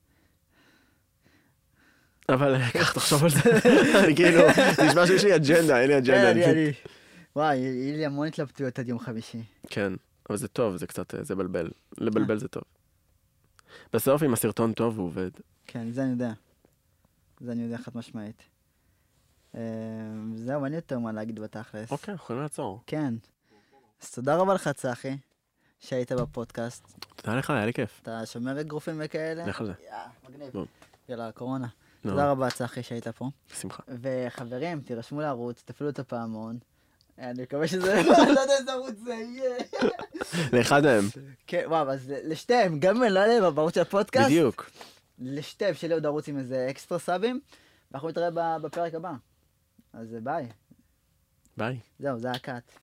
אבל כך תחשוב על זה. אני כאילו, נשמע שיש לי אג'נדה, אין לי אג'נדה. וואי, יהיה לי המון התלבטויות עד יום חמישי. כן, אבל זה טוב, זה קצת, זה בלבל. לבלבל זה טוב. בסוף, אם הסרטון טוב, הוא עובד. כן, זה אני יודע. זה אני יודע חד משמעית. זהו, אין יותר מה להגיד בתכלס. אוקיי, יכולים לעצור. כן. אז תודה רבה לך, צחי, שהיית בפודקאסט. תודה לך, היה לי כיף. אתה שומר אגרופים וכאלה? לך על זה. מגניב. בוא. יאללה, קורונה. לא, תודה רבה, צחי, שהיית פה. בשמחה. וחברים, תירשמו לערוץ, תפעילו את הפעמון. אני מקווה שזה... לא יודע איזה ערוץ זה יהיה. לאחד מהם. כן, וואו, אז לשתיהם, גם אם לא עליהם בערוץ של הפודקאסט, בדיוק. לשתיהם, שיהיה לי עוד ערוץ עם איזה אקסטרה סאבים, ואנחנו נתראה בפרק הבא. אז ביי. ביי. זהו, זה הקאט.